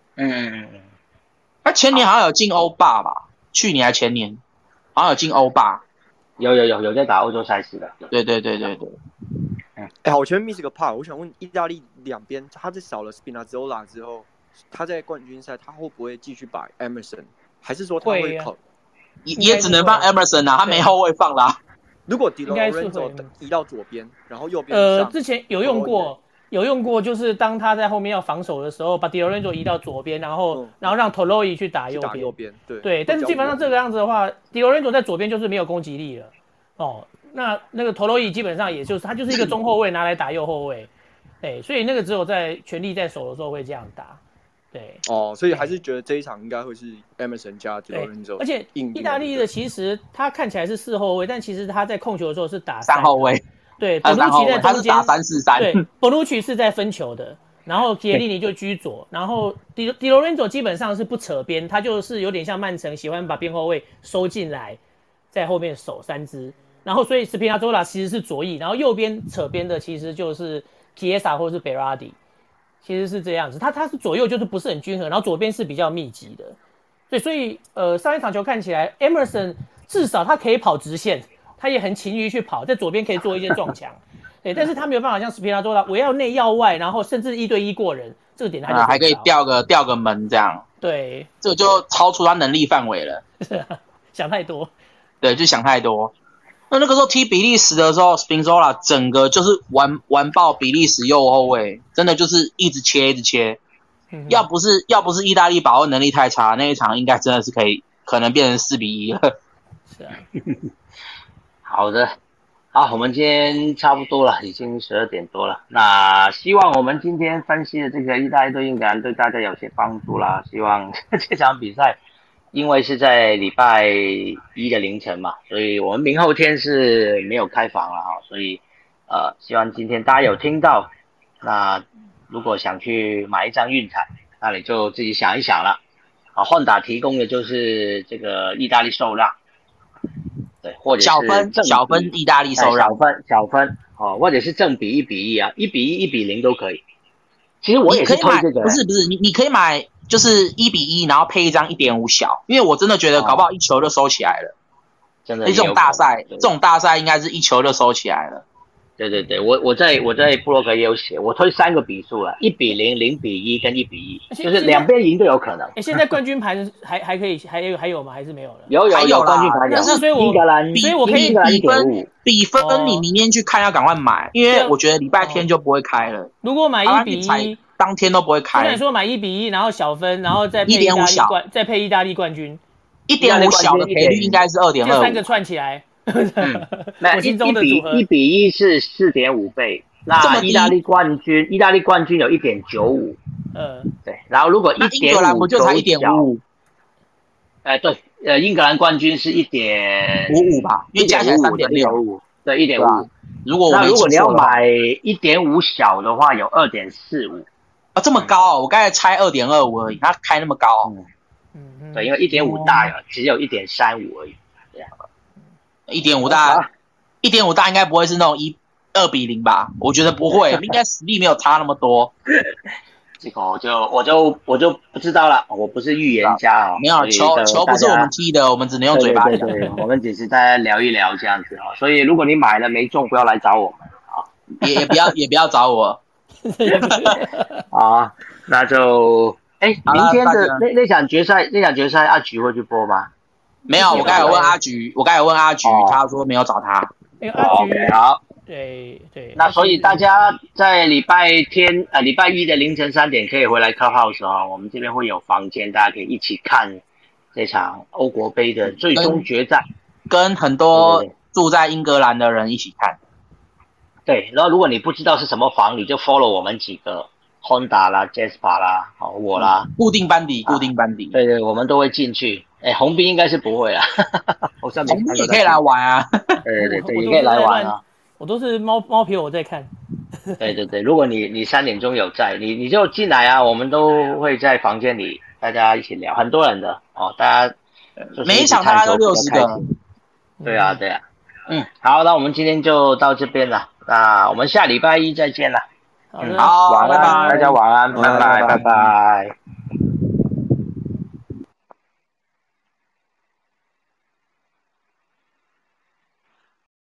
他前年好像有进欧霸吧？去年还前年好像有进欧霸。 有在打欧洲赛事的。 对。 我前面 miss 个 part， 我想问意大利两边，他在少了 Spinazzola 之后，他在冠军赛他会不会继续摆 Emerson， 还是说他会考？ 也只能放 Emerson 啊，他没后卫放啦。 如果 Di Lorenzo 移到左边，然后右边之前有用过，就是当他在后面要防守的时候，把 Di Lorenzo 移到左边，然后让 Toloi 去打右边。对，但是基本上这个样子的话 ，Di Lorenzo 在左边就是没有攻击力了。那个 Toloi 基本上也就是他就是一个中后卫拿来打右后卫，所以那个只有在全力在守的时候会这样打。对， 所以还是觉得这一场应该会是 Emerson 加 Di Lorenzo。 而且意大利的其实他看起来是4后卫，但其实他在控球的时候是打 3后卫。 对，博鲁奇在中间， 他是打3-4-3。 对，博鲁奇是在分球的，然后杰利尼就居左，然后 Di Lorenzo 基本上是不扯边，他就是有点像曼城喜欢把边后卫收进来，在后面守3支，然后所以 Spinazzola 其实是左翼，然后右边扯边的其实就是 Chiesa 或是 Berardi， 其实是这样子，他是左右就是不是很均衡，然后左边是比较密集的，对，所以上一场球看起来 Emerson 至少他可以跑直线。他也很勤于去跑，在左边可以做一些撞墙，对，但是他没有办法像斯皮纳多拉，我要内要外，然后甚至1对1过人，这个点他就还可以吊个门这样， 对， 这个就超出他能力范围了， 想太多， 对，就想太多。那个时候踢比利时的时候 ，Spinazzola 整个就是玩爆比利时右后卫，真的就是一直切，要不是意大利把握能力太差，那一场应该真的是可能变成4-1了。 是啊。 好的，好，我们今天差不多了，已经12点多了。那希望我们今天分析的这个意大利对英格兰对大家有些帮助啦。希望这场比赛，因为是在礼拜1的凌晨嘛，所以我们明后天是没有开房了哈。所以希望今天大家有听到。那如果想去买一张运彩，那你就自己想一想了。换打提供的就是这个意大利受让。对，或者是小分意大利受让， 小分或者是正比1-1啊，1-1、1-0都可以。其实我也是推这个， 不是，你可以买就是1-1，然后配一张1.5小，因为我真的觉得搞不好1球就收起来了。 真的， 这种大赛应该是1球就收起来了。 对，我在部落格也有写，我推3个比数了，1-0、0-1跟1-1，就是两边赢都有可能。 现在冠军盘还可以，还有吗？还是没有了？ 有冠军盘， 但是所以我可以比分，你明天去看要赶快买，因为我觉得礼拜天就不会开了。 如果买1-1， 当天都不会开。 那你说买1-1，然后小分，然后再配意大利冠军，1.5 小的赔率应该是2.25， 这3个串起来。 那我心中的组合 1:1是4.5倍。那意大利冠军有1.95。对，然后如果1.5， 英格兰不就才1.55？ 对，英格兰冠军是1.55 吧，因为加起来3.6， 对，1.55。 如果你要买1.5小的话，有2.45。 啊，这么高哦！我刚才猜2.25而已，它开那么高。 对，因为1.5大只有1.35而已。这样。 1.5大，1.5大应该不会是那种2:0吧？我觉得不会，应该实力没有差那么多。 这个我就不知道了，我不是预言家没有球不是我们踢的，我们只能用嘴巴讲。 对，我们只是大家聊一聊这样子啊。所以如果你买了没中，不要来找我们啊， 也不要找我。 好，那就明天的那场决赛阿菊会去播吗？ 没有，我刚才有问阿菊，他说没有找他。 OK， 好。 对， 那所以大家在礼拜一的凌晨3点可以回来 Clubhouse 啊，我们这边会有房间，大家可以一起看这场欧国杯的最终决战， 跟很多住在英格兰的人一起看。 对，然后如果你不知道是什么房，你就 follow 我们几个 Honda 啦、Jasper 啦、我啦， 固定班底。 对，我们都会进去。红兵应该是不会啦，红兵也可以来玩啊。 对，也可以来玩啊。 我都是猫皮我在看。 对，如果你3点钟有在，你就进来啊，我们都会在房间里大家一起聊，很多人的哦，大家每一场大家都60个。 对啊。好，那我们今天就到这边了，那我们下礼拜一再见了。 好， 晚安，大家晚安，拜拜。